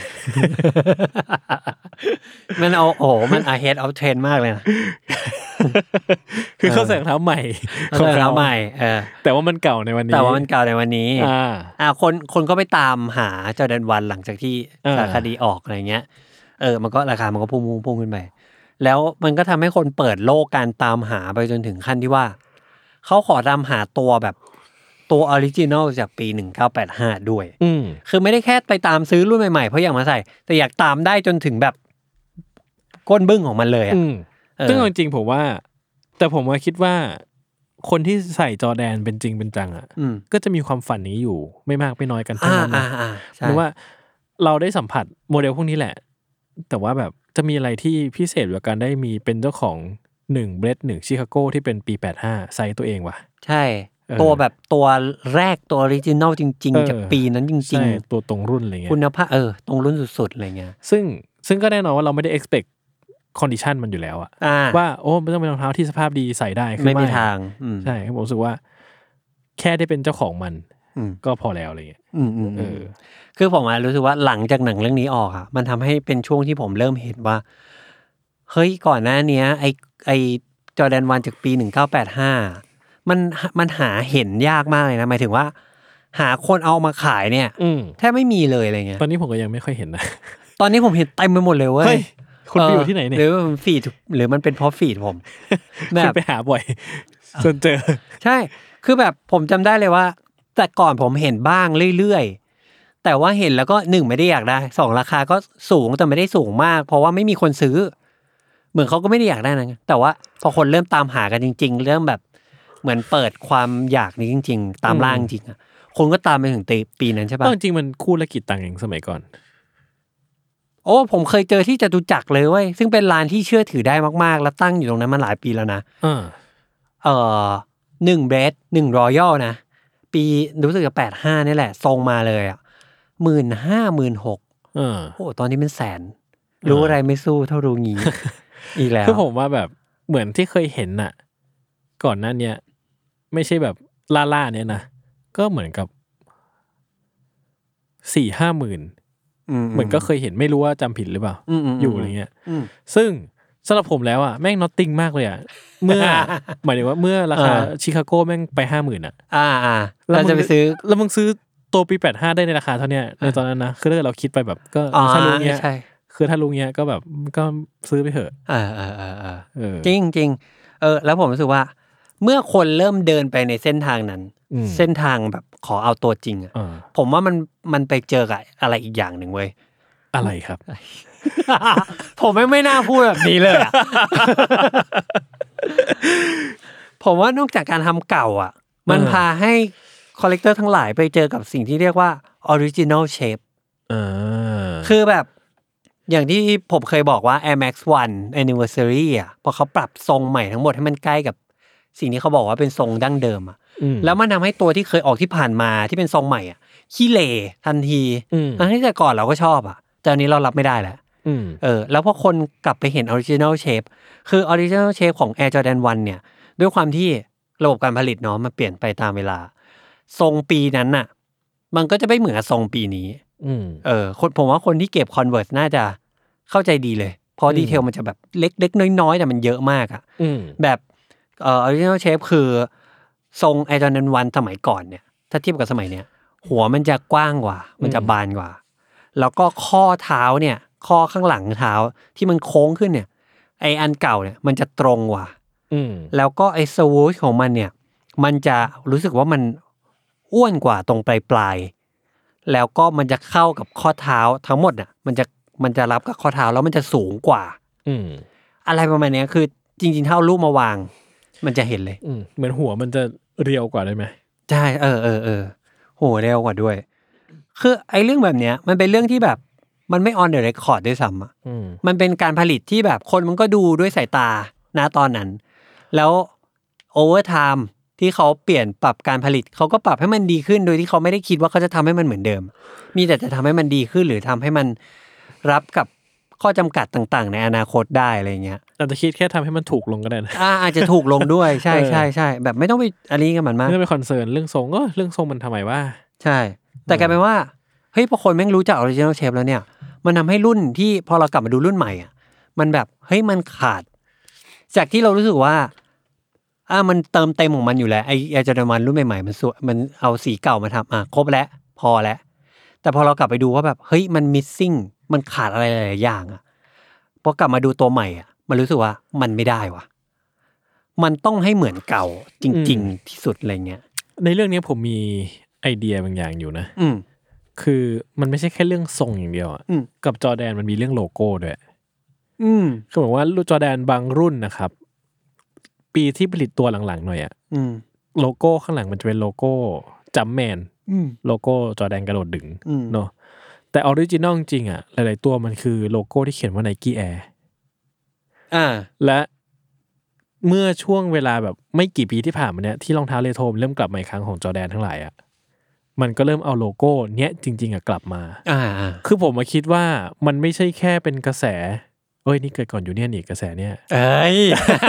มันเอาโอ้มัน ahead of trend มากเลยนะ
คือเขาใส่รองเท้าใหม่
รองเท้าใหม่เออ
แต่ว่ามันเก่าในวันนี้
แต่ว่ามันเก่าในวันนี้อ่าอ่าคนคนก็ไปตามหาจอร์แดนวันหลังจากที่สารคดีออกอะไรเงี้ยเออมันก็ราคามันก็พุ่งพุ่งพุ่งขึ้นไปแล้วมันก็ทำให้คนเปิดโลกการตามหาไปจนถึงขั้นที่ว่าเขาขอตามหาตัวแบบตัวออริจินัลจากปีหนึ่งเก้าแปดห้าด้วย
อืม
คือไม่ได้แค่ไปตามซื้อรุ่นใหม่ๆเพราะอยากมาใส่แต่อยากตามได้จนถึงแบบก้นบึ้งของมันเลยอ่ะ
ซึ่งจริงๆผมว่าแต่ผมว่าคิดว่าคนที่ใส่จอร์แดนเป็นจริงเป็นจังอ่ะก็จะมีความฝันนี้อยู่ไม่มากไม่น้อยกันทั้งนั้นนะเพราะว่าเราได้สัมผัสโมเดลพวกนี้แหละแต่ว่าแบบจะมีอะไรที่พิเศษกว่าการได้มีเป็นเจ้าของหนึ่งเบรดหนึ่งชิคาโกที่เป็นปีแปดสิบห้าไซส์ตัวเองว่ะ
ใช่ตัวแบบตัวแรกตัวออริจินัลจริงๆจากปีนั้นจริง
ๆตัวตรงรุ่นอะไรเงี้ย
คุณภาพเออตรงรุ่นสุดๆอะไรเงี้ย
ซึ่งซึ่งก็แน่นอนว่าเราไม่ได้ expect condition มันอยู่แล้วอะว่าโอ้มันต้องเป็นรองเท้าที่สภาพดีใส่ได้
ไม่มีทาง
ใช่ผมรู้สึกว่าแค่ได้เป็นเจ้าของมันก็พอแล้วอะไรเงี้ย
เออคือผมรู้สึกว่าหลังจากหนังเรื่องนี้ออกอะมันทำให้เป็นช่วงที่ผมเริ่มเห็นว่าเฮ้ยก่อนหน้านี้ไอไอจอร์แดนวันจากปีหนึ่งเก้าแปดห้ามันมันหาเห็นยากมากเลยนะหมายถึงว่าหาคนเอามาขายเนี่ยแทบไม่มีเลยอะไรเงี้ย
ตอนนี้ผมก็ยังไม่ค่อยเห็นนะ
ตอนนี้ผมเห็นเต็มไปหมดเลยเว้ย
คุณไปอยู่ที่ไหนเนี่ย
หรือมันฟีดหรือมันเป็นเพราะฟีดผม
แบบไปหาบ่อยจนเจอ
ใช่คือแบบผมจำได้เลยว่าแต่ก่อนผมเห็นบ้างเรื่อยๆแต่ว่าเห็นแล้วก็หนึ่งไม่ได้อยากได้สองราคาก็สูงแต่ไม่ได้สูงมากเพราะว่าไม่มีคนซื้อเหมือนเขาก็ไม่ได้อยากได้นะแต่ว่าพอคนเริ่มตามหากันจริงๆเริ่มแบบเหมือนเปิดความอยากนี้จริงๆตามล่างจริงอ่ะคนก็ตามไปถึงปีนั้นใช่ป่ะ
จริงๆมันคู่ละกี่ตังค์เองสมัยก่อน
โอ้ผมเคยเจอที่จตุจักรเลยเว้ยซึ่งเป็นร้านที่เชื่อถือได้มากๆแล้วตั้งอยู่ตรงนั้นมาหลายปีแล้วนะ
เออ
เอ่อหนึ่งเบรดหนึ่งรอยัลนะปีรู้สึกจะแปดห้านี่แหละทรงมาเลยอ่ะหมื่นห้าหมื่นหก
เออ
โอ้ตอนนี้เป็นแสนรู้อะไรไม่สู้เท่ารู้งี้อีกแล้ว
คือผมว่าแบบเหมือนที่เคยเห็นน่ะก่อนหน้านี้ไม่ใช่แบบล่าๆเนี่ยนะก็เหมือนกับสี่ห้าหมื่นเหมือนก็เคยเห็นไม่รู้ว่าจำผิดหรือเปล่าอยู่อะไรเงี้ยซึ่งสำหรับผมแล้วอ่ะแม่ง nothing มากเลยอ่ะเมื่อหมายถึงว่าเมื่อราคาชิคาโกแม่งไปห้าหมื่นอ่ะ
อ่าอ่าเราจะไปซื้อ
แล้วมึงซื้อตัวปีแปดสิบห้าได้ในราคาเท่านี้ในตอนนั้นนะคือถ้าเราคิดไปแบบก็ถ้ารู้เงี้ยคือถ้ารู้เงี้ยก็แบบก็ซื้อไปเถอะ
อ่าอ่าอ่าจริงจริงเออแล้วผมรู้สึกว่าเมื่อคนเริ่มเดินไปในเส้นทางนั้นเส้นทางแบบขอเอาตัวจริงอ่ะผมว่ามันมันไปเจอกับอะไรอีกอย่างหนึ่งเว้ย
อะไรครับ
ผมไม่ไม่น่าพูดแบบนี้เลยอ่ะ ผมว่านอกจากการทำเก่าอ่ะมันพาให้คอลเลกเตอร์ทั้งหลายไปเจอกับสิ่งที่เรียกว่า original shape คือแบบอย่างที่ผมเคยบอกว่า Air Max วัน Anniversary อ่ะพอเขาปรับทรงใหม่ทั้งหมดให้มันใกล้กับสิ่งที่เขาบอกว่าเป็นทรงดั้งเดิมอ่ะแล้วมันทำให้ตัวที่เคยออกที่ผ่านมาที่เป็นทรงใหม่อ่ะขี้เหร่ทันทีทั้งที่แต่ก่อนเราก็ชอบอ่ะแต่อันนี้เรารับไม่ได้แล้วเออแล้วพอคนกลับไปเห็น Original Shape คือ Original Shape ของ Air Jordan วันเนี่ยด้วยความที่ระบบการผลิตเนาะมันเปลี่ยนไปตามเวลาทรงปีนั้นน่ะมันก็จะไม่เหมือนกับทรงปีนี้เออคนผมว่าคนที่เก็บ Converse น่าจะเข้าใจดีเลยเพราะดีเทลมันจะแบบเล็กๆน้อยๆแต่มันเยอะมากอ่ะแบบเอ่อ Original Shape คือทรง Air Jordan วันสมัยก่อนเนี่ยถ้าเทียบกับสมัยเนี้ยหัวมันจะกว้างกว่ามันจะบานกว่าแล้วก็ข้อเท้าเนี่ยข้อข้างหลังเท้าที่มันโค้งขึ้นเนี่ยไออันเก่าเนี่ยมันจะตรงกว่า
อืม
แล้วก็ไอ้สวูชของมันเนี่ยมันจะรู้สึกว่ามันอ้วนกว่าตรงปลายปลายแล้วก็มันจะเข้ากับข้อเท้าทั้งหมดน่ะมันจะมันจะรับกับข้อเท้าแล้วมันจะสูงกว่า
อืม
อะไรประมาณนี้คือจริงๆถ้าเอารูปมาวางมันจะเห็นเลย
อืมเหมือนหัวมันจะเรียวกว่าได้ไหม
ใช่เออเออเออโหเร็วกว่าด้วยคือไอ้เรื่องแบบเนี้ยมันเป็นเรื่องที่แบบมันไม่ on the record ด้วยซ้ำอ่ะมันเป็นการผลิตที่แบบคนมันก็ดูด้วยสายตาณตอนนั้นแล้ว over time ที่เขาเปลี่ยนปรับการผลิตเขาก็ปรับให้มันดีขึ้นโดยที่เขาไม่ได้คิดว่าเขาจะทำให้มันเหมือนเดิมมีแต่จะทำให้มันดีขึ้นหรือทำให้มันรับกับข้อจำกัดต่างๆในอนาคตได้อะไรเงี้ย
อาจจะคิดแค่ทำให้มันถูกลงก็ได้นะ
อ่าอาจจะถูกลงด้วยใช่ใช่ใช่แบบไม่ต้องไปอันนี้กับมันมาก
ไม่ต้องไปคอนเซิร์นเรื่องทรงก็เรื่องทรงมันทำไมว่า
ใช่แต่กลายเป็นว่าเฮ้ยพอคนแม่งรู้จัก original shape แล้วเนี่ยมันทำให้รุ่นที่พอเรากลับมาดูรุ่นใหม่อ่ะมันแบบเฮ้ยมันขาดจากที่เรารู้สึกว่าอ่ามันเติมเต็มของมันอยู่แล้วไอ้ไอ้จอร์แดนวันรุ่นใหม่ๆมันสวยมันเอาสีเก่ามาทำอ่ะครบแล้วพอแล้วแต่พอเรากลับไปดูว่าแบบเฮ้ยมัน missing มันขาดอะไรหลายๆอย่างอ่ะพอกลับมาดูตัวใหม่อ่ะมันรู้สึกว่ามันไม่ได้ว่ะมันต้องให้เหมือนเก่าจริงๆที่สุดอะไรเงี้ย
ในเรื่องนี้ผมมีไอเดียบางอย่างอยู่นะ
อืม
คือมันไม่ใช่แค่เรื่องทรงอย่างเดียวอ่ะกับจอร์แดนมันมีเรื่องโลโก้ด้วย
อืม
คือบอกว่าจอร์แดนบางรุ่นนะครับปีที่ผลิตตัวหลังๆหน่อยอ่ะโลโก้ข้างหลังมันจะเป็นโลโก้จัมแมนโลโก้จอร์แดนกระโดดดึงเนาะแต่ออริจินอลจริงอ่ะหลายๆตัวมันคือโลโก้ที่เขียนว่า Nike Air
อ่า
และเมื่อช่วงเวลาแบบไม่กี่ปีที่ผ่านมาเนี้ยที่รองเท้าเรโทรเริ่มกลับมาอีกครั้งของจอร์แดนทั้งหลายอ่ะมันก็เริ่มเอาโลโก้เนี้ยจริงๆอ่ะกลับมา
อ่า
คือผมมาคิดว่ามันไม่ใช่แค่เป็นกระแสเอ้ยนี่เกิดก่อนยูเนียนอีกกระแสเนี้ย
เอ้ย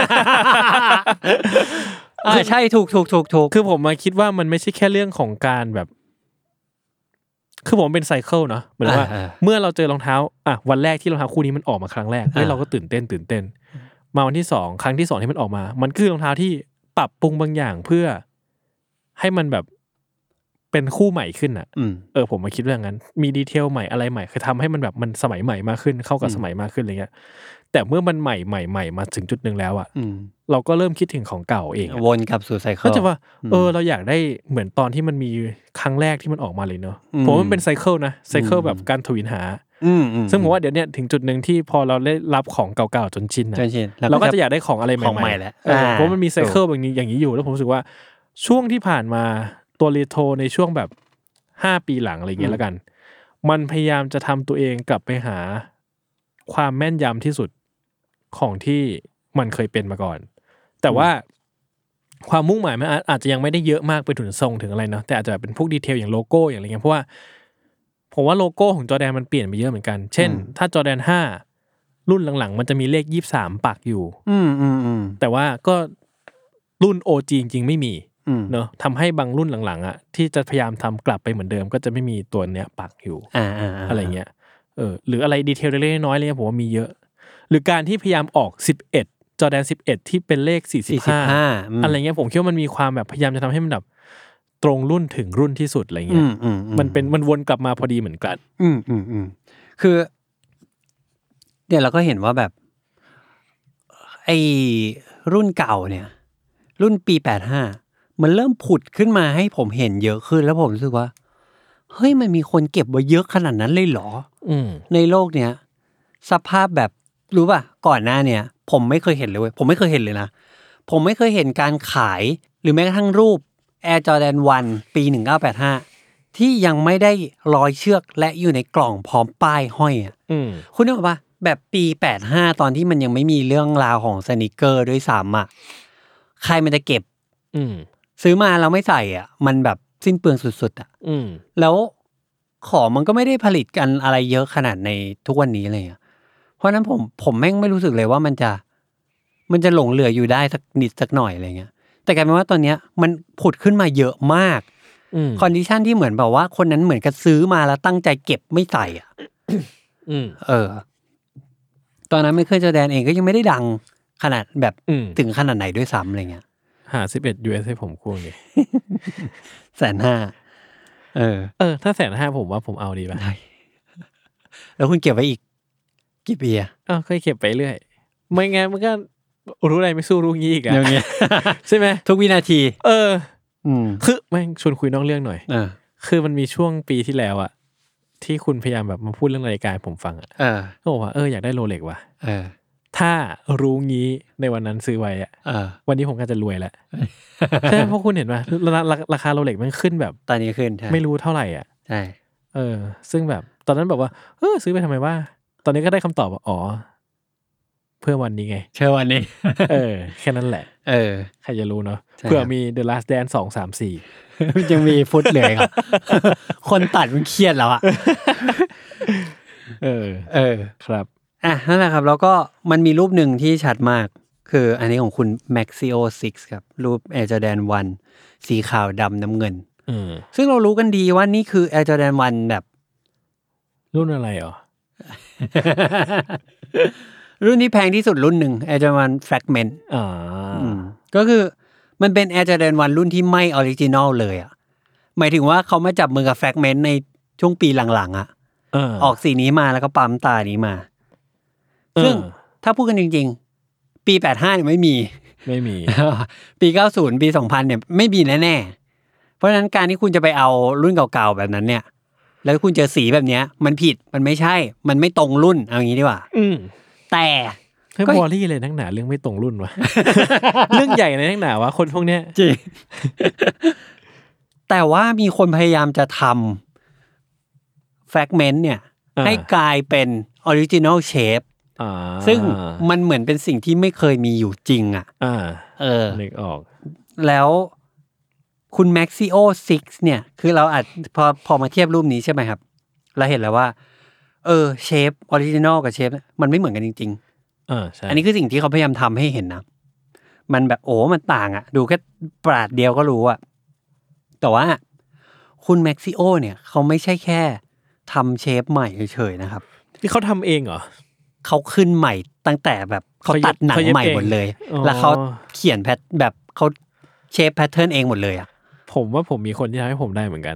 อ่าใช่ถูกถูกถูกถูก
คือผมมาคิดว่ามันไม่ใช่แค่เรื่องของการแบบคือผมเป็นไซเคิลเนาะเหมือนว่าเมื่อเราเจอรองเท้าอ่ะวันแรกที่รองเท้าคู่นี้มันออกมาครั้งแรกเฮ้ยเราก็ตื่นเต้นตื่นเต้นมาวันที่สองครั้งที่สองที่มันออกมามันคือรองเท้าที่ปรับปรุงบางอย่างเพื่อให้มันแบบเป็นคู่ใหม่ขึ้นอ่ะเออผมมาคิดเรื่องนั้นมีดีเทลใหม่อะไรใหม่คือทำให้มันแบบมันสมัยใหม่มากขึ้นเข้ากับสมัยมากขึ้นอะไรเงี้ยแต่เมื่อมันใหม่ใหม่ใหม่มาถึงจุดนึงแล้วอ่ะเราก็เริ่มคิดถึงของเก่าเอง
วนกลับสู่ไซเคิล
ก็จะว่าเออเราอยากได้เหมือนตอนที่มันมีครั้งแรกที่มันออกมาเลยเนาะผมว่ามันเป็นไซเคิลนะไซเคิลแบบการทวินหาซึ่งผมว่าเดี๋ยวเนี้ยถึงจุดนึงที่พอเราได้รับของเก่าๆจนชินนะเราก็จะอยากได้ของอะไรใหม่ๆแล้วเพราะมันมีไซเคิลแบบนี้อย่างนี้อยู่แล้วผมรู้สึกว่าช่วงที่ผ่านมาตัวเรโทรในช่วงแบบห้าปีหลังอะไรเงี้ยแล้วกันมันพยายามจะทำตัวเองกลับไปหาความแม่นยำที่สุดของที่มันเคยเป็นมาก่อนแต่ว่าความมุ่งหมายมันอาจจะยังไม่ได้เยอะมากไปถึงทรงถึงอะไรเนาะแต่อาจจะเป็นพวกดีเทลอย่างโลโก้อย่างอะไรเงี้ยเพราะว่าผมว่าโลโก้ของจอร์แดนมันเปลี่ยนไปเยอะเหมือนกันเช่นถ้าจอร์แดนห้ารุ่นหลังๆมันจะมีเลขยี่สิบสามปักอยู่แต่ว่าก็รุ่น โอ จี จริงๆไม่มีเนอะทำให้บางรุ่นหลังๆอ่ะที่จะพยายามทำกลับไปเหมือนเดิมก็จะไม่มีตัวเนี้ยปักอยู่อะไรเงี้ยเออหรืออะไรดีเทลเล็กๆน้อยๆเลยผมว่ามีเยอะหรือการที่พยายามออกสิบเอ็ดจอร์แดนสิบเอ็ดที่เป็นเลขสี่สิบห้าอะไรเงี้ยผมคิดว่ามันมีความแบบพยายามจะทำให้มันแบบตรงรุ่นถึงรุ่นที่สุดอะไรเงี้ยมันเป็นมันวนกลับมาพอดีเหมือนกัน
อืมอืมอืมคือเนี่ยเราก็เห็นว่าแบบไอ้รุ่นเก่าเนี่ยรุ่นปีแปดสิบห้ามันเริ่มผุดขึ้นมาให้ผมเห็นเยอะขึ้นแล้วผมรู้สึกว่าเฮ้ยมันมีคนเก็บไว้เยอะขนาดนั้นเลยเหรอในโลกเนี้ยสภาพแบบรู้ป่ะก่อนหน้าเนี่ยผมไม่เคยเห็นเลยเว้ยผมไม่เคยเห็นเลยนะผมไม่เคยเห็นการขายหรือแม้กระทั่งรูป Air Jordan วันปีหนึ่งเก้าแปดห้าที่ยังไม่ได้ร้อยเชือกและอยู่ในกล่องพร้อมป้ายห้อยอ่ะคุณนึกออกป่ะแบบปีแปดสิบห้าตอนที่มันยังไม่มีเรื่องราวของสนิเกอร์ด้วยซ้ำอ่ะใครมันจะเก็บซื้อมาแล้วไม่ใส่อ่ะมันแบบสิ้นเปลืองสุดๆอ่ะแล้วของมันก็ไม่ได้ผลิตกันอะไรเยอะขนาดในทุกวันนี้เลยอ่ะเพราะนั้นผมผมแม่งไม่รู้สึกเลยว่ามันจะมันจะหลงเหลืออยู่ได้สักนิดสักหน่อยอะไรเงี้ยแต่กลายเป็นว่าตอนเนี้ยมันผุดขึ้นมาเยอะมากคอนดิชันที่เหมือนแบบว่าคนนั้นเหมือนกับซื้อมาแล้วตั้งใจเก็บไม่ใส่อ่ะเออตอนนั้นไม่เคยจอร์แดนเองก็ยังไม่ได้ดังขนาดแบบถึงขนาดไหนด้วยซ้ำอะไรเงี้ย
หาสิบเอ็ด ยู เอส ให้ผมคู่เลย
แสนห้าเออ
เออถ้าแสนห้าผมว่าผมเอาดีป่ะ
แล้วคุณเก็บไว้อีกกี่ปีอ่ะ
อ้าวเคยเก็บไปเรื่อยไม่งั้นมันก็รู้อะไรไม่สู้รู้งี้อีกอ่ะ
อย่างเงี้ย
ใช่ไหม
ทุกวินาที
เออ
อืม
คือแม่งชวนคุยนอกเรื่องหน่อย
เออ
คือมันมีช่วงปีที่แล้วอะที่คุณพยายามแบบมาพูดเรื่องนาฬิกาให้ผมฟังอะ
เออ
ก็บอกว่าเอออยากได้โรเล็กว่ะ
เออ
ถ้ารู้งี้ในวันนั้นซื้อไว้อะ
เออ
วันนี้ผมก็จะรวยแล้ว ใช่เพราะคุณเห็นป่ะราคาราคาโรเล็กมันขึ้นแบบ
ตอนนี้ขึ้นใช่
ไม่รู้เท่าไหร่อ่ะ
ใช่
เออ ซึ่งแบบตอนนั้นแบบว่าเออซื้อไปทำไมว่าตอนนี้ก็ได้คำตอบว่าอ๋อเพื่อวันนี้ไง
เชื่อวันนี้
เออแค่นั้นแหละ
เออ
ใครจะรู้เนาะ
ใช่
เผื่อมี The Last Dance สอง สาม สี่
ยังมีฟุตเหลือครับ คนตัดมันเครียดแล้วอ่ะ
เออ
เออ
ครับ
อ่ะนั่นแหละครับแล้วก็มันมีรูปหนึ่งที่ชัดมากคืออันนี้ของคุณ Maxio ซิกซ์ครับรูป Air Jordan วันสีขาวดำน้ำเงิน
อืม
ซึ่งเรารู้กันดีว่านี่คือ Air Jordan วันแบบ
รุ่นอะไรเหรอ
รุ่นที่แพงที่สุดรุ่นหนึ่ง Air Jordan วัน Fragment
อ่า
อืมก็คือมันเป็น Air Jordan วันรุ่นที่ไม่ออริจินอลเลยอ่ะหมายถึงว่าเขามาจับมือกับ Fragment ในช่วงปีหลังๆอ่ะ
เออ
ออกสีนี้มาแล้วก็ปั๊มตานี้มา
เออ
ซึ่งถ้าพูดกันจริงๆปีแปดสิบห้าเนี่ยไม่มี
ไม่มี
ปีเก้าสิบปีสองพันเนี่ยไม่มีแน่ๆเพราะฉะนั้นการที่คุณจะไปเอารุ่นเก่าๆแบบนั้นเนี่ยแล้วคุณเจอสีแบบเนี้ยมันผิดมันไม่ใช่มันไม่ตรงรุ่นเอางี้ดีกว่า
อืม
แต่
เฮ้ย
ก็
บอลลี่เลยนักหนาเรื่องไม่ตรงรุ่นวะ เรื่องใหญ่เลยนักหนาวะคนพวกเนี้ย
จริง แต่ว่ามีคนพยายามจะทำแฟกเมนต์เนี่ย
อ่า
ให้กลายเป็นออริจินอลเชฟ
อ่า
ซึ่งมันเหมือนเป็นสิ่งที่ไม่เคยมีอยู่จริงอ่ะ
อ่า
เออ
นึกออก
แล้วคุณ Maxio ซิกซ์เนี่ยคือเราอาจพอพอมาเทียบรูปนี้ใช่ไหมครับเราเห็นแล้วว่าเออเชฟออริจินอลกับเชฟมันไม่เหมือนกันจริง
อ่าใช่
ๆอันนี้คือสิ่งที่เขาพยายามทำให้เห็นนะมันแบบโอ้มันต่างอ่ะดูแค่ปราดเดียวก็รู้อ่ะแต่ว่าคุณ Maxio เนี่ยเขาไม่ใช่แค่ทำเชฟใหม่เฉยๆนะครับ
ที่เขาทำเองเหรอ
เขาขึ้นใหม่ตั้งแต่แบบเขาตัดหนัง
เขาเย็บ
ใหม่
เอง
หมดเลย
อ๋อ
แล้วเขาเขียนแพทแบบเขาเชฟแพทเทิร์นเองหมดเลยอ่ะ
ผมว่าผมมีคนที่ทำให้ผมได้เหมือนกัน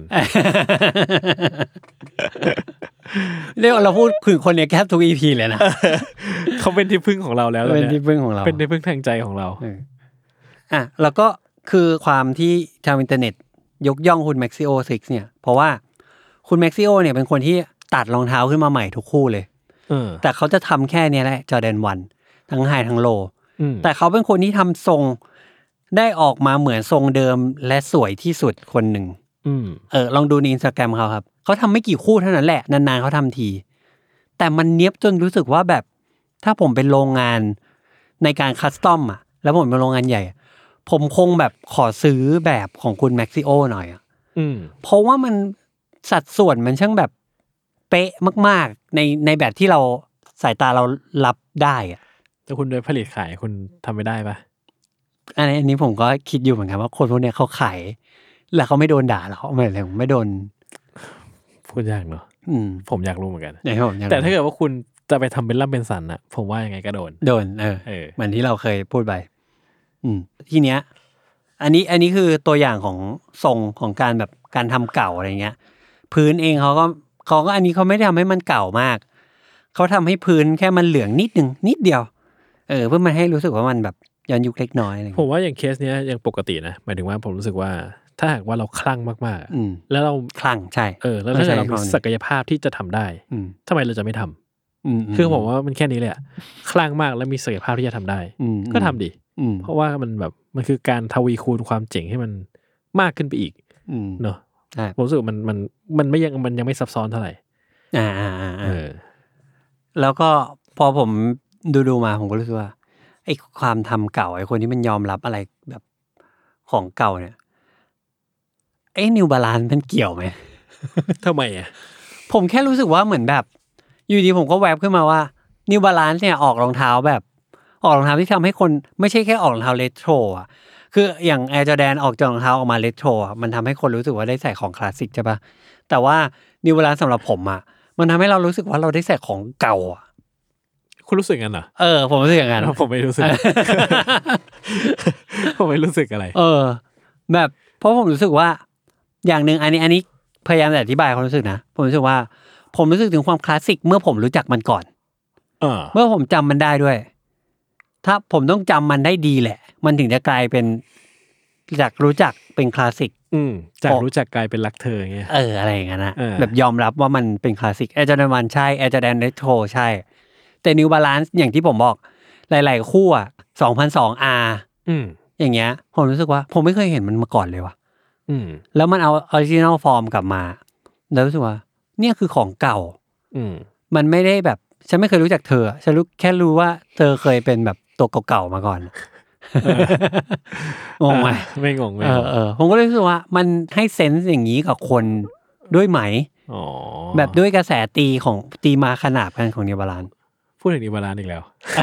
เรียกว่าเราพูดถึงคนเนี้ยแค่ทุก อี พี เลยนะ
เขาเป็นที่พึ่งของเราแล้ว
เป็น
ย
ที่พึ่งของเรา
เป็นที่พึ่งทางใจของเรา
เอออ่ะแล้วก็คือความที่ชาวอินเทอร์เน็ตยกย่องคุณ Maxio ซิกซ์เนี่ยเพราะว่าคุณ Maxio เนี่ยเป็นคนที่ตัดรองเท้าขึ้นมาใหม่ทุกคู่เลย
เออ
แต่เขาจะทำแค่เนี้ยแหละ Jordan วันทั้งไฮทั้งโล
อืม
แต่เขาเป็นคนที่ทำทรงได้ออกมาเหมือนทรงเดิมและสวยที่สุดคนหนึ่ง
อืม
เออลองดูใน Instagram เขาครับเขาทำไม่กี่คู่เท่านั้นแหละนานๆเขาทำทีแต่มันเนี้ยบจนรู้สึกว่าแบบถ้าผมเป็นโรงงานในการคัสตอมอ่ะแล้วผมเป็นโรงงานใหญ่ผมคงแบบขอซื้อแบบของคุณ Maxio หน่อยอ่ะ
อืม
เพราะว่ามันสัดส่วนมันช่างแบบเป๊ะมากๆในในแบบที่เราสายตาเรารับได้อ่ะ
แต่คุณโดยผลิตขายคุณทำไม่ได้ปะ
อันนี้อันนี้ผมก็คิดอยู่เหมือนกันว่าคนพวกเนี้ยเขาขายแล้วเขาไม่โดนด่าหรอกไม่อะไรไม่โดน
พูดยากเนาะ
อืม
ผมอยากรู้เหมือนกัน
อย่างที่ผมอยก
แต่ถ้าเกิดว่าคุณจะไปทำเป็นล่ำเป็นสันอะผมว่ายังไงก็โดน
โดนเออ
เออ
เหมือนที่เราเคยพูดไปอืมทีเนี้ย อันนี้อันนี้คือตัวอย่างของทรงของการแบบการทำเก่าอะไรเงี้ย พื้นเองเขาก็เขาก็อันนี้เขาไม่ได้ทำให้มันเก่ามากเขาทำให้พื้นแค่มันเหลืองนิดนึงนิดเดียว เออเพื่อมันให้รู้สึกว่ามันแบบย้อนยุคเล็กน้อยอะไร
ผม
เงี้ย
ว่าอย่างเคสเนี้ยยังปกตินะหมายถึงว่าผมรู้สึกว่าถ้าหากว่าเราคลั่งมากๆอะ
อืม
แล้วเรา
คลั่งใช่
เออแล้วถ้า
ใช่
เกิดเรามี
ความ
ศักยภาพที่จะทำได้
อืม
ทำไมเราจะไม่ทำ
อืม
คือผมว่ามันแค่นี้เลยอะคลั่งมากแล้วมีศักยภาพที่จะทำได้
อืม
ก็ทำดิ
อืม
เพราะว่ามันแบบมันคือการทวีคูณความเจ๋งให้มันมากขึ้นไปอีก
อืม
เนาะ
ใช่
ผมรู้สึกว่ามันมันมันไม่ยังมันยังไม่ซับซ้อนเท่าไหร่
อ่าอ่าอ่า
เอ
อ่า
อ
แล้วก็พอผมดูดูมาผมก็รู้สึกว่าไอ้ความทำเก่าไอ้คนที่มันยอมรับอะไรแบบของเก่าเนี่ยไอ้นิวบาลานซ์มันเกี่ยวไหม
ทำไมอ่ะ
ผมแค่รู้สึกว่าเหมือนแบบ อยู่ดีผมก็แวบขึ้นมาว่านิวบาลานซ์เนี่ยออกรองเท้าแบบออกรองเท้าที่ทำให้คนไม่ใช่แค่ออกรองเท้าเรโทรอ่ะคืออย่าง Air Jordan ออกจากรองเท้าออกมาเรโทรอ่ะมันทำให้คนรู้สึกว่าได้ใส่ของคลาสสิกใช่ปะแต่ว่านิวบาลานซ์สำหรับผมอ่ะมันทำให้เรารู้สึกว่าเราได้ใส่ของเก่าอ่ะ
คุณรู้สึกงั้นเหรอ
เออผมรู้สึกอย่างนั้น
ผมไม่รู้สึก ผมไม่รู้สึกอะไร
เออ แบบเพราะผมรู้สึกว่าอย่างหนึ่งอันนี้อันนี้พยายามจะอธิบายความรู้สึกนะผมรู้สึกว่าผมรู้สึกถึงความคลาสสิกเมื่อผมรู้จักมันก่อน
เออ
เมื่อผมจำมันได้ด้วยถ้าผมต้องจำมันได้ดีแหละมันถึงจะกลายเป็นจากรู้จักเป็นคลาสสิก
อืมจากรู้จักกลายเป็นรักเธออย่างเงี้ย
เอออะไรอย่างนั้นนะแบบยอมรับว่ามันเป็นคลาสสิก Air Jordan วันใช่ Air Jordan Retro ใช่แต่ New Balance อย่างที่ผมบอกหลายๆคู่อ่ะ สองพันสอง อาร์
อืม
อย่างเงี้ยผมรู้สึกว่าผมไม่เคยเห็นมันมาก่อนเลยว่ะ
อืม
แล้วมันเอาออริจินัลฟอร์มกลับมาแล้วรู้สึกว่าเนี่ยคือของเก่า
อืม
มันไม่ได้แบบฉันไม่เคยรู้จักเธอฉันรู้แค่รู้ว่าเธอเคยเป็นแบบตัวเก่าๆมาก่อนงงไหม
ไม่งงไม่
งงเออผมก็รู้สึกว่ามันให้เซนส์อย่างนี้กับคนด้วยไหม
อ๋อ
แบบด้วยกระแสตีของตีมาขนาดกันของนิวบาลานซ์
พูดถึงนิวบาลานซ์อีกแล้ว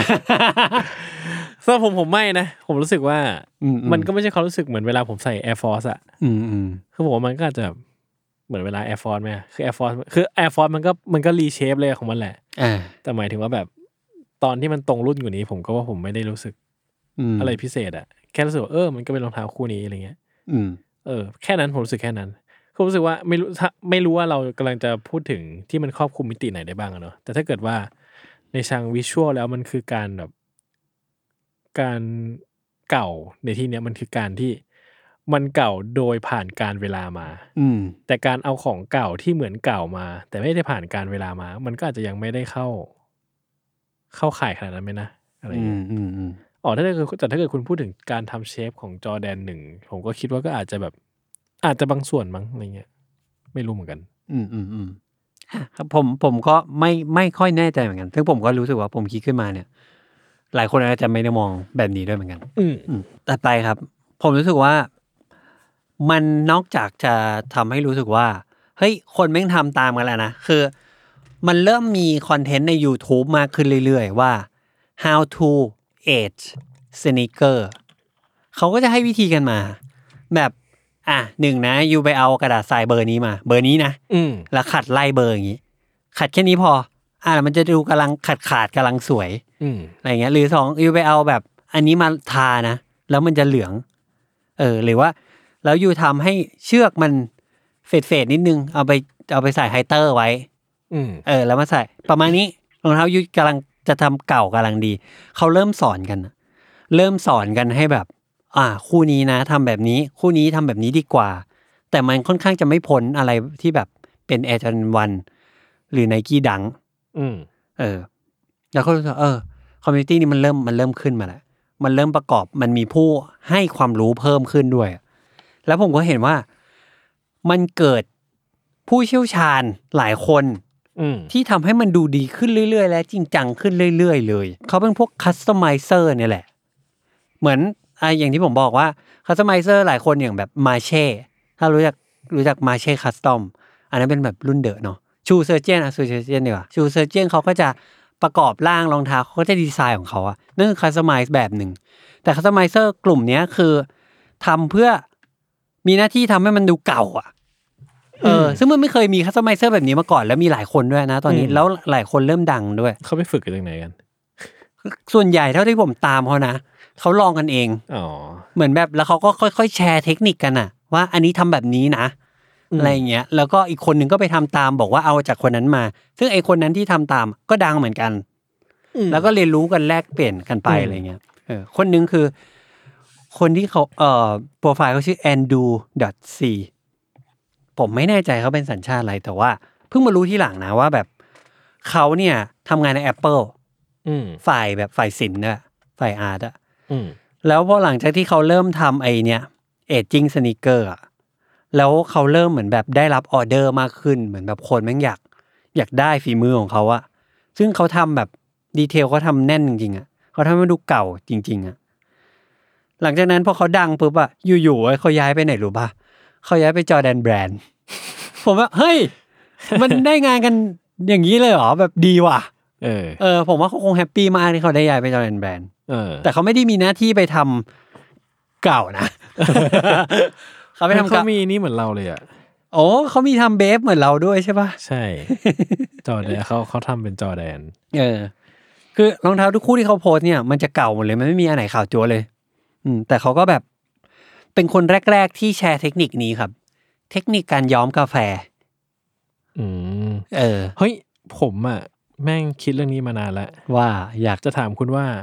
สำหรับผมผมไม่นะผมรู้สึกว่ามันก็ไม่ใช่ความรู้สึกเหมือนเวลาผมใส่ Air Force อ่ะคือผมว่ามันก็อาจจะเหมือนเวลา Air Force ไหมคือ Air Force คือ Air Force มันก็มันก็รีเชฟเลยของมันแหละแต่หมายถึงว่าแบบตอนที่มันตรงรุ่นกว่านี้ผมก็ว่าผมไม่ได้รู้สึกอะไรพิเศษอ่ะแค่รู้สึกว่าเออมันก็เป็นรองเท้าคู่นี้อะไรเงี้ยเออแค่นั้นผมรู้สึกแค่นั้นผมรู้สึกว่าไม่รู้ไม่รู้ว่าเรากำลังจะพูดถึงที่มันครอบคลุมมิติไหนได้บ้างอะเนาะแต่ถ้าเกิดว่าในเชิงวิชวลแล้วมันคือการแบบการเก่าในที่นี้มันคือการที่มันเก่าโดยผ่านการเวลามาแต่การเอาของเก่าที่เหมือนเก่ามาแต่ไม่ได้ผ่านการเวลามามันก็อาจจะยังไม่ได้เข้าเข้าข่ายขนาดนั้นไหมนะอะไรอย่างเงี้ยอ๋อถ้าเกิดแต่ถ้าเกิดคุณพูดถึงการทำเชฟของจอร์แดนหนึ่งผมก็คิดว่าก็อาจจะแบบอาจจะบางส่วนมั้งอะไรเงี้ยไม่รู้เหมือนกัน
อืมอืมอืมครับผมผมก็ไม่ไม่ค่อยแน่ใจเหมือนกันซึ่งผมก็รู้สึกว่าผมคิดขึ้นมาเนี่ยหลายคนอาจจะไม่ได้มองแบบนี้ด้วยเหมือนกัน
อืม
แต่ไปครับผมรู้สึกว่ามันนอกจากจะทำให้รู้สึกว่าเฮ้ยคนแม่งทำตามกันแล้วนะคือมันเริ่มมีคอนเทนต์ใน YouTube มากขึ้นเรื่อยๆว่า how to age sneaker เขาก็จะให้วิธีกันมาแบบอ่ะหนึ่งนะยูไปเอากระดาษทรายเบอร์นี้มาเบอร์นี้นะแล้วขัดไล่เบอร์อย่างนี้ขัดแค่นี้พออ่ะมันจะดูกำลังขาดขาดกำลังสวยอะไรเงี้ยหรือสองยูไปเอาแบบอันนี้มาทานะแล้วมันจะเหลืองเออหรือว่าแล้วยูทำให้เชือกมันเฟดเฟดนิดนึงเอาไปเอาไปใส่ไฮเตอร์ไว้เออแล้วมาใส่ประมาณนี้รองเท้ายูกำลังจะทำเก่ากำลังดีเขาเริ่มสอนกันเริ่มสอนกันให้แบบอ่าคู่นี้นะทำแบบนี้คู่นี้ทำแบบนี้ดีกว่าแต่มันค่อนข้างจะไม่พ้นอะไรที่แบบเป็น Air Jordan วันหรือ Nike Dunk
อืม
เออแล้วก็รู้สึกเออคอมมูนิตี้นี้มันเริ่มมันเริ่มขึ้นมาแล้วมันเริ่มประกอบมันมีผู้ให้ความรู้เพิ่มขึ้นด้วยแล้วผมก็เห็นว่ามันเกิดผู้เชี่ยวชาญหลายคนที่ทำให้มันดูดีขึ้นเรื่อยๆและจริงจังขึ้นเรื่อยๆเลยเขาเป็นพวกคัสตอมไมเซอร์เนี่ยแหละเหมือนอ่ะอย่างที่ผมบอกว่าคัสตอมไมเซอร์หลายคนอย่างแบบมาเช่ถ้ารู้จักรู้จักมาเช่คัสตอมอันนั้นเป็นแบบรุ่นเดอะเนาะชูเซอร์เจียนอะชูเซอร์เจียนดีกว่าชูเซอร์เจียนเขาก็จะประกอบร่างรองเท้าเขาก็จะดีไซน์ของเขาอะนั่นคือคัสตอมไมซ์แบบหนึ่งแต่คัสตอมไมเซอร์กลุ่มนี้คือทำเพื่อมีหน้าที่ทำให้มันดูเก่าอ่ะเออซึ่งมันไม่เคยมีคัสตอมไมเซอร์แบบนี้มาก่อนแล้วมีหลายคนด้วยนะตอนนี้แล้วหลายคนเริ่มดังด้วย
เขาไปฝึกกันจากไหนกัน
ส่วนใหญ่เท่าที่ผมตามเขานะเขาลองกันเอง
อ๋อ
เหมือนแบบแล้วเขาก็ค่อยๆแชร์เทคนิคกันอ่ะว่าอันนี้ทำแบบนี้นะอะไรเงี้ยแล้วก็อีกคนนึงก็ไปทำตามบอกว่าเอาจากคนนั้นมาซึ่งไอคนนั้นที่ทำตามก็ดังเหมือนกันแล้วก็เรียนรู้กันแลกเปลี่ยนกันไปอะไรเงี้ยเออคนนึงคือคนที่เขาเอ่อโปรไฟล์เขาชื่อ andu.c ผมไม่แน่ใจเขาเป็นสัญชาติอะไรแต่ว่าเพิ่งมารู้ทีหลังนะว่าแบบเขาเนี่ยทำงานใน Apple ฝ่ายแบบฝ่ายศิลป์เนี่ยฝ่ายอาร์ตอะแล้วพอหลังจากที่เขาเริ่มทำไอเนี่ย aging sneaker อะแล้วเขาเริ่มเหมือนแบบได้รับออเดอร์มากขึ้นเหมือนแบบคนแม่งอยากอยากได้ฝีมือของเขาอะซึ่งเขาทำแบบดีเทลเขาทำแน่นจริงๆอะเขาทำให้ดูเก่าจริงๆอะหลังจากนั้นพอเขาดังปุ๊บอะอยู่ๆเขาย้ายไปไหนรู้ป่ะเขาย้ายไปจอร์แดนแบรนด์ผมว่าเฮ้ยมันได้งานกันอย่างนี้เลยเหรอแบบดีว่ะ
เออ
เออผมว่าเขาคงแฮปปี้มากที่เขาได้ย้ายไปจอร์แดนแบรนด์
เออ
แต่เขาไม่ได้มีหน้าที่ไปทำเก่านะ เขาไปทำ
เขามีนี่เหมือนเราเลยอ่ะ
โอ้เขามีทำเบฟเหมือนเราด้วยใช่ป่ะ
ใช่ จอร์แดนเขาเขาทำเป็นจอร์แดน
เออคือรองเท้าทุกคู่ที่เขาโพสเนี่ยมันจะเก่าหมดเลยมันไม่มีอันไหนขาวจั๊วเลยอืมแต่เขาก็แบบเป็นคนแรกๆที่แชร์เทคนิคนี้ครับเทคนิคการย้อมกาแฟ
อืม
เออ
เฮ้ยผมอ่ะแม่งคิดเรื่องนี้มานานแล้ว
ว่าอยาก
จะถามคุณว่า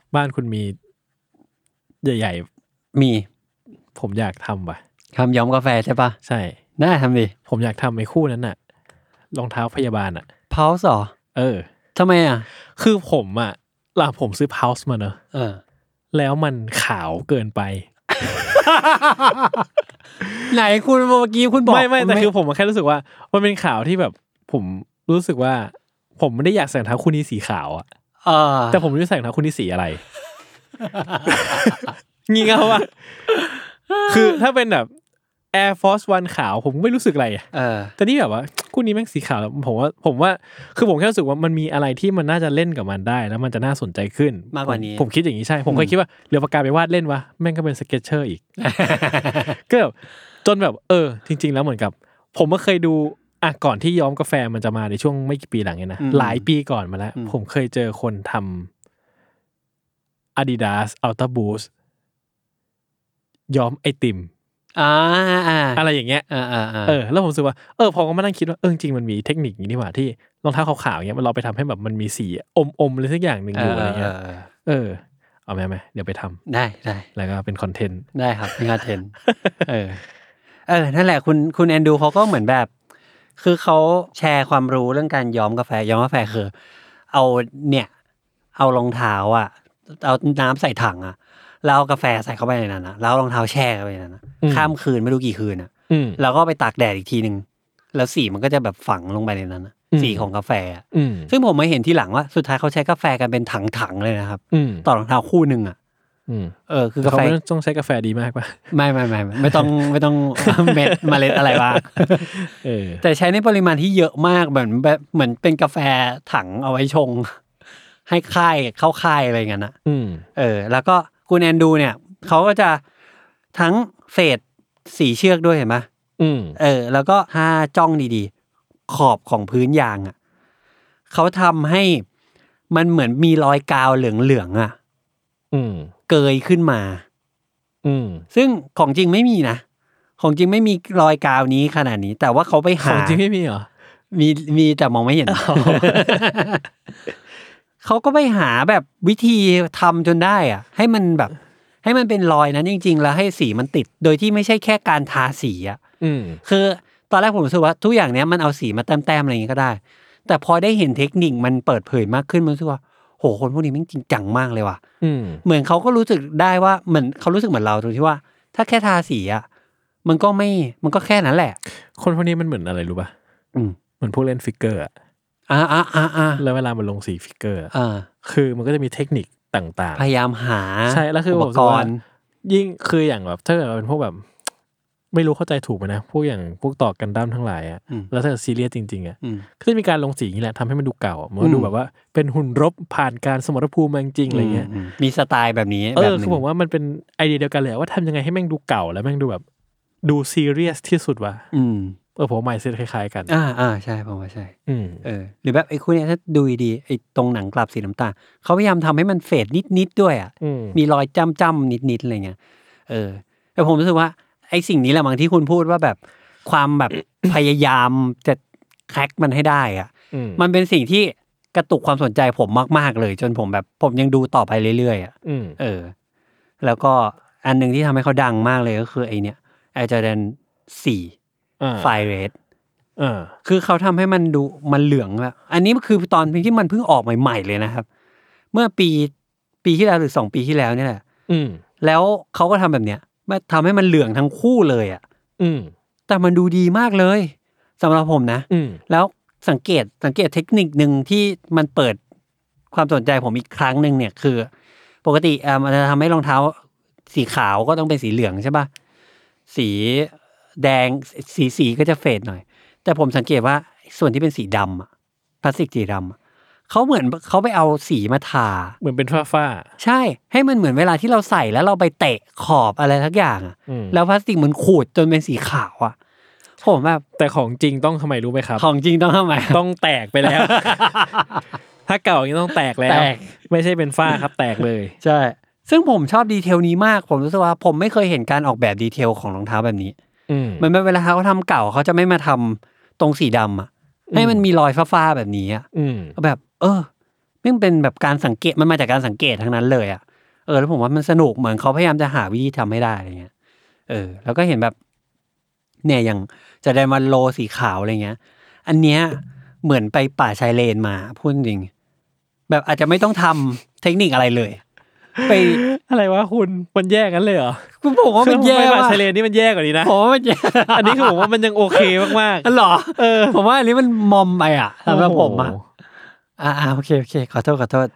บ้านคุณมีใหญ่
ๆมี
ผมอยากทำว่ะ
ทำย้อมกาแฟใช่ปะ
ใช่
ได้ทำดิ
ผมอยากทำไอ้คู่นั้นน่ะรองเท้าพยาบาลอ่ะ
พาวส์เหรอ
เออ
ทำไมอ่ะ
คือผมอ่ะหลังผมซื้อพาวส์มาเนอะ
เออ
แล้วมันขาวเกินไป
ไหนคุณเมื่อกี้คุณบอก
ไม่ไม่แต่คือผมแค่รู้สึกว่ามันเป็นขาวที่แบบผมรู้สึกว่าผมไม่ได้อยากใส่รองเท้าคู่นี้สีขาวอ่ะแต่ผมไม่รู้ใส่รองเท้าคู่นี้สีอะไร งี่เง่าว่ะคือถ้าเป็นแบบ Air Force One ขาวผมไม่รู้สึกอะไร
เออ
แต่นี่แบบว่าคู่นี้แม่งสีขาวผมว่าผมว่าคือผมแค่รู้สึกว่ามันมีอะไรที่มันน่าจะเล่นกับมันได้แล้วมันจะน่าสนใจขึ้น
มากกว่านี้
ผมคิดอย่างนี้ใช่ผมเคยคิดว่าเรือปากกาไปวาดเล่นวะแม่งก็เป็นสเก็ตเชอร์อีกก็แบบจนแบบเออจริงๆแล้วเหมือนกับผมก็เคยดูอ่ะก่อนที่ย้อมกาแฟมันจะมาในช่วงไม่กี่ปีหลังเนี่ยนะหลายปีก่อนมาแล้วผมเคยเจอคนทำ Adidas Ultra Boost ย้อมไอติม
อ่า
อะไรอย่างเงี้ย
อ่า
เออแล้วผมรู้สึกว่าเออพอก็มานั่งคิดว่าเออจริงมันมีเทคนิคอย่างนี้นี่หว่าที่รองเท้าขาวๆอย่างเงี้ยมันเราไปทำให้แบบมันมีสีอมๆอะไรสักอย่างนึงอยู่อะไรเงี้ยเออเอาไหมไหมเดี๋ยวไปทำ
ได้ได้
แล้วก็เป็นคอนเทนต์
ได้ครับเป็นคอนเทนต์เออเออนั่นแหละคุณคุณแอนดูเขาก็เหมือนแบบคือเขาแชร์ความรู้เรื่องการย้อมกาแฟย้อมกาแฟคือเอาเนี่ยเอารองเท้าอ่ะเอาน้ำใส่ถังอ่ะแล้วเอากาแฟใส่เข้าไปในนั้นนะแล้วรองเท้าแช่เข้าไปในนั้นนะข้ามคืนไม่รู้กี่คืนอ่ะแล้วก็ไปตากแดดอีกทีนึงแล้วสีมันก็จะแบบฝังลงไปในนั้นนะสีของกาแฟซึ่งผมมาเห็นทีหลังว่าสุดท้ายเขาใช้กาแฟกันเป็นถังๆเลยนะครับต่อรองเท้าคู่นึงอ่ะเออคือกาแฟ
ต้องใช้กาแฟดีมากป่ะ
ไม่ไม่ไม่ไม่ต้องไม่ต้องเม็ดเมล็ดอะไรบ้างเออแต่ใช้ในปริมาณที่เยอะมากเหมือนแบบเหมือนเป็นกาแฟถังเอาไว้ชงให้ค่ายเข้าค่ายอะไรเงี้ยนะเออแล้วก็คุณแอนดูเนี่ยเขาก็จะทั้งเฟดสีเชือกด้วยเห็นไหมเออแล้วก็ถ้าจ้องดีๆขอบของพื้นยางอ่ะเขาทำให้มันเหมือนมีรอยกาวเหลืองๆอ่ะเกยขึ้นมาซึ่งของจริงไม่มีนะของจริงไม่มีรอยกาวนี้ขนาดนี้แต่ว่าเขาไปหา
ของจริงไม่มีเหรอ
มีมีแต่มองไม่เห็น เขาก็ไปหาแบบวิธีทำจนได้อ่ะให้มันแบบให้มันเป็นรอยนั้นจริงๆแล้วให้สีมันติดโดยที่ไม่ใช่แค่การทาสีอ่ะคือตอนแรกผมรู้สึกว่าทุกอย่างเนี้ยมันเอาสีมาแต้มๆอะไรอย่างงี้ก็ได้แต่พอได้เห็นเทคนิคมันเปิดเผยมากขึ้นมันรู้สึกว่าโหคนพวกนี้มันจริงจังมากเลยว่ะเหมือนเขาก็รู้สึกได้ว่าเหมือนเขารู้สึกเหมือนเราตรงที่ว่าถ้าแค่ทาสีอ่ะมันก็ไม่มันก็แค่นั้นแหละ
คนพวกนี้มันเหมือนอะไรรู้ป่ะเหมือนพวกเล่นฟิกเกอร์อ่ะ
อ่าอ่าอ่าอ่า
แล้วเวลามันลงสีฟิกเกอร์อ่าคือมันก็จะมีเทคนิคต่าง
ๆพยายามหา
ใช่แล้วคืออุปกรณ์ยิ่งคืออย่างแบบถ้าเกิดเป็นพวกแบบไม่รู้เข้าใจถูกไหมนะพวกอย่างพวกต่อกันดั้มทั้งหลายอ่ะแล้วถ้าซีเรียสจริงๆอ่ะก็จะมีการลงสีนี่แหละทำให้มันดูเก่ามันก็ดูแบบว่าเป็นหุ่นรบผ่านการสมรภูมิจริงๆอะไรเงี้ย
มีสไตล์แบบนี้
เออคือผมว่ามันเป็นไอเดียเดียวกันเลยว่าทำยังไงให้แม่งดูเก่าแล้วแม่งดูแบบดูซีเรียสที่สุดว่ะเออผมหมายเซตคล้ายๆกัน
อ่าอ่าใช่ผมว่าใช่เออหรือแบบไอ้คู่นี้ถ้าดูดีไอ้ตรงหนังกลับสีน้ำตาลเขาพยายามทำให้มันเฟดนิดๆด้วยอ่ะมีรอยจ้ำๆนิดๆอะไรเงี้ยเออแต่ผมรู้สึกว่าไอ้สิ่งนี้แหละบางที่คุณพูดว่าแบบความแบบ พยายามจะแคร็กมันให้ได้อ่ะมันเป็นสิ่งที่กระตุกความสนใจผมมากๆเลยจนผมแบบผมยังดูต่อไปเรื่อยๆอ่ะเออแล้วก็อันนึงที่ทำให้เขาดังมากเลยก็คือไอ้เนี่ยAir Jordan สี่ไฟเรดคือเขาทำให้มันดูมันเหลืองแบบอันนี้คือตอนที่มันเพิ่งออกใหม่ๆเลยนะครับเมื่อปีปีที่แล้วหรือสองปีที่แล้วนี่แหละแล้วเขาก็ทำแบบเนี้ยมาทำให้มันเหลืองทั้งคู่เลยอ่ะแต่มันดูดีมากเลยสำหรับผมนะแล้วสังเกตสังเกตเทคนิคนึงที่มันเปิดความสนใจผมอีกครั้งนึงเนี่ยคือปกติอ่ามันจะทำให้รองเท้าสีขาวก็ต้องเป็นสีเหลืองใช่ป่ะสีแดงสีสีก็จะเฟดหน่อยแต่ผมสังเกตว่าส่วนที่เป็นสีดำอะพลาสติกสีดำเขาเหมือนเขาไปเอาสีมาทา
เหมือนเป็นฝ้า
ๆใช่ให้มันเหมือนเวลาที่เราใส่แล้วเราไปเตะขอบอะไรทักอย่างอะแล้วพลาสติกมันขูดจนเป็นสีขาวอะผมแบบ
แต่ของจริงต้องทำไมรู้ไหมครับ
ของจริงต้องทำไม
ต้องแตกไปแล้ว ถ้าเก่าอย่างนี้ต้องแตกแล้วไม่ใช่เป็นฝ้าครับแตกเลย
ใช่ซึ่งผมชอบดีเทลนี้มากผมรู้สึกว่าผมไม่เคยเห็นการออกแบบดีเทลของรองเท้าแบบนี้มันเป็นเวลาเขาทำเก่าเขาจะไม่มาทำตรงสีดำอ่ะให้มันมีรอยฟ้าๆแบบนี้อ่ะแบบเออมันเป็นแบบการสังเกตมันมาจากการสังเกตทั้งนั้นเลยอ่ะเออแล้วผมว่ามันสนุกเหมือนเขาพยายามจะหาวิธีทำให้ได้อะไรเงี้ยเออแล้วก็เห็นแบบเนี่ยอย่างจะได้มาโลสีขาวอะไรเงี้ยอันเนี้ยเหมือนไปป่าชายเลนมาพูดจริงแบบอาจจะไม่ต้องทำเทคนิคอะไรเลยไป
อะไรวะคุณมันแย่กันเลยเหรอ
คุณบอกว่ามันแย่
ป่าชายเลนนี่มันแย่กว่านี้นะ
ผมว่ามันแย่
อันนี้คือผมว่ามันยังโอเคมาก
ๆหรอเออผมว่าอันนี้มันมอมไปอ่ะสำหรับผมอ่ะอ่าโอเคโอเคขอโทษขอโทษ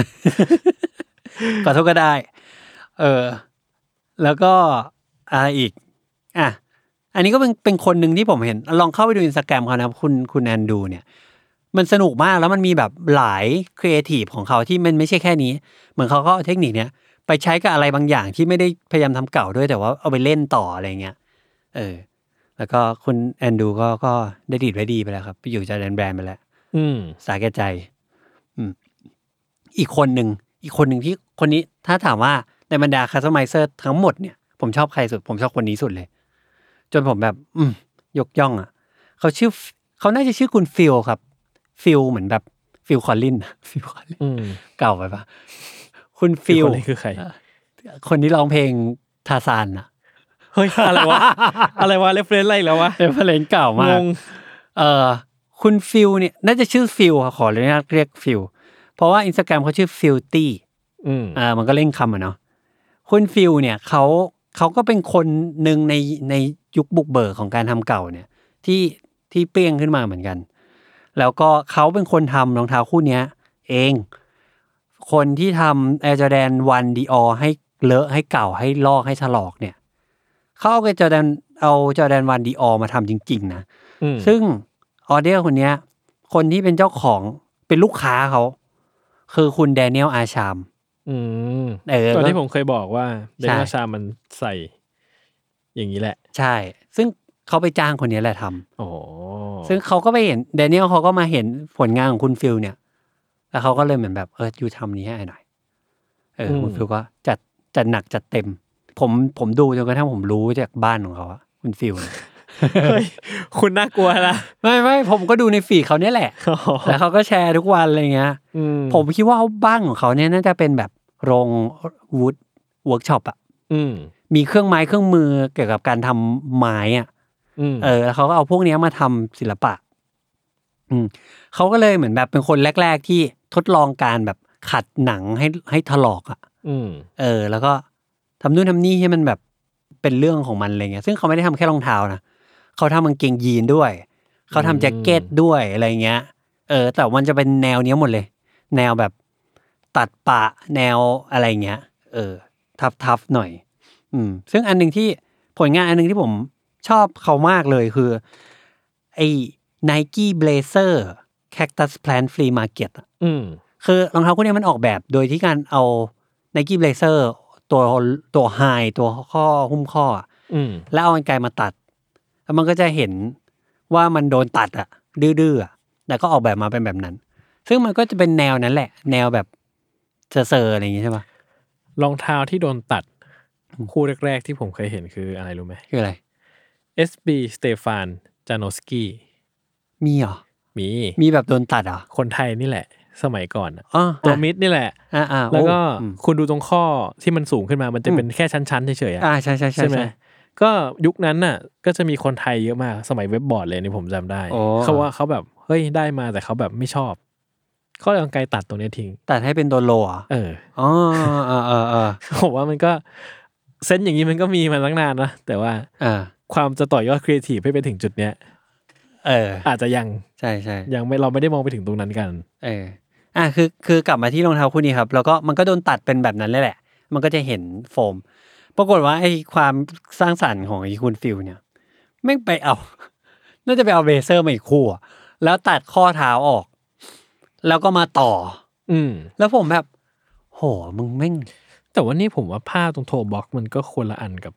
ขอโทษก็ได้เออแล้วก็อะไรอีกอ่ะอันนี้ก็เป็นเป็นคนหนึ่งที่ผมเห็นลองเข้าไปดู Instagram เขานะคุณคุณแอนดูเนี่ยมันสนุกมากแล้วมันมีแบบหลายครีเอทีฟของเขาที่มันไม่ใช่แค่นี้เหมือนเขาก็เอาเทคนิคเนี้ยไปใช้กับอะไรบางอย่างที่ไม่ได้พยายามทำเก่าด้วยแต่ว่าเอาไปเล่นต่ออะไรเงี้ยเออแล้วก็คุณแอนดูก็ก็ได้ดีดไว้ดีไปแล้วครับไปอยู่จาแดนแบรนด์ไปแล้ว
อืม
สาแก่ใจอืมอีกคนหนึ่งอีกคนหนึ่งที่คนนี้ถ้าถามว่าในบรรดาคัสตอมไมเซอร์ทั้งหมดเนี่ยผมชอบใครสุดผมชอบคนนี้สุดเลยจนผมแบบอืมยกย่องอ่ะเขาชื่อเขาน่าจะชื่อคุณฟิลครับฟิลเหมือนแบบฟิลคอลลินฟิลคอลลินเก่าไปปะคุณฟิล
คนนี้คือใคร
คนที่ร้องเพลงทาซานอ่ะ
เฮ้ยอะไรวะอะไรวะเรฟเฟรนซ์อะไรแล้ววะ
เรฟเฟรนซ์เก่ามากเอ่อคุณฟิลเนี่ยน่าจะชื่อฟิลขออนุญาตเรียกฟิลเพราะว่า Instagram เขาชื่อฟิลตี้
อืม
อ่ามันก็เล่นคำอ่ะเนาะคุณฟิลเนี่ยเขาเขาก็เป็นคนหนึ่งในในยุคบุกเบิกของการทำเก่าเนี่ยที่ที่เปรี้ยงขึ้นมาเหมือนกันแล้วก็เขาเป็นคนทำรองเท้าคู่นี้เองคนที่ทำ Air Jordan วัน Dior ให้เลอะให้เก่าให้ลอกให้ถลอกเนี่ยเขาเอา Jordan เอา Jordan วัน Dior มาทำจริงๆนะซึ่งออเดอร์คนนี้คนที่เป็นเจ้าของเป็นลูกค้าเขาคือคุณแดเนียลอาชาม
อืมเออตอนที่ผมเคยบอกว่าแดเนียลอาชามมันใส่อย่างนี้แหละ
ใช่ซึ่งเขาไปจ้างคนนี้แหละทำ
โอ้
ซึ่งเขาก็ไปเห็นแดเนียลเขาก็มาเห็นผลงานของคุณฟิลเนี่ยแล้วเขาก็เลยเหมือนแบบเอออยู่ทำนี้ให้หน่อยเออคุณฟิลก็จัดจัดหนักจัดเต็มผมผมดูจนกระทั่งผมรู้จากบ้านของเขาอะคุณฟิล
เฮ้ยคุณน่ากลัวนะ
ไม่ไม่ผมก็ดูในฟีดเขาเนี่ยแหละแล้วเขาก็แชร์ทุกวันอะไรเงี้ยผมคิดว่าบ้านของเขาเนี่ยน่าจะเป็นแบบโรงวูดเวิร์กช็อปอะมีเครื่องไม้เครื่องมือเกี่ยวกับการทำไม้อะเออแล้วเขาก็เอาพวกนี้มาทำศิลปะอืมเขาก็เลยเหมือนแบบเป็นคนแรกๆที่ทดลองการแบบขัดหนังให้ให้ถลอกอ่ะเออแล้วก็ทำนู่นทำนี่ให้มันแบบเป็นเรื่องของมันอะไรเงี้ยซึ่งเขาไม่ได้ทำแค่รองเท้านะเขาทำกางเกงยีนด้วยเขาทำแจ็คเก็ตด้วยอะไรเงี้ยเออแต่มันจะเป็นแนวเนี้ยหมดเลยแนวแบบตัดปะแนวอะไรเงี้ยเออทับๆหน่อยอืมซึ่งอันนึงที่ผลงานอันนึงที่ผมชอบเขามากเลยคือไอ้ Nike Blazer Cactus Plant Flea Market อ่ะคือรองเท้าคู่นี้มันออกแบบโดยที่การเอา Nike Blazer ตัวตัวไฮตัวข้อหุ้มข้อแล้วเอากรรไกรมาตัดแล้วมันก็จะเห็นว่ามันโดนตัดอ่ะดื้อๆแต่ก็ออกแบบมาเป็นแบบนั้น ซึ่งมันก็จะเป็นแนวนั้นแหละแนวแบบเซอร์ๆอะไรอย่างงี้ใช่ปะ
รองเท้าที่โดนตัดคู่แรกๆที่ผมเคยเห็นคืออะไรรู้ไหม
คืออะไร
เอส บี Stefan Janowski
มีเหรอ
มี
มีแบบโดนตัดเหรอ
คนไทยนี่แหละสมัยก่อนตัวมิดนี่แหละแล้วก็คุณดูตรงข้อที่มันสูงขึ้นมามันจะเป็นแค่ชั้นๆเฉยๆ
อ่าใช่ใช่ใช่
ไหมก็ยุคนั้นน่ะก็จะมีคนไทยเยอะมากสมัยเว็บบอร์ดเลยนี่ผมจำได้เขาว่าเขาแบบเฮ้ยได้มาแต่เขาแบบไม่ชอบเขาเลยเอาไกลตัดตรงนี้ทิ้ง
ตัดให้เป็นตัวโลอ่ะ
เออ
อ๋อเออเออเออ
ผมว่ามันก็เซนส์อย่างนี้มันก็มีมาตั้งนานนะแต่ว่าความจะต่อยอดครีเอทีฟให้ไปถึงจุดเนี้ย
เออ
อาจจะยัง
ใช่ใช่
ยังไม่เราไม่ได้มองไปถึงตรงนั้นกัน
เอออ่ะคือคือกลับมาที่รองเท้าคู่นี้ครับแล้วก็มันก็โดนตัดเป็นแบบนั้นเลยแหละมันก็จะเห็นโฟมปรากฏว่าไอ้ความสร้างสรรค์ของไอ้คุณฟิลเนี่ยแม่งไปเอาน่าจะไปเอาเบเซอร์มาอีกคู่แล้วตัดข้อเท้าออกแล้วก็มาต่อ
อืม
แล้วผมแบบโหมึงแม่ง
แต่ว่านี่ผมว่าผ้าตรงโทบ็อกมันก็คนละอันกับ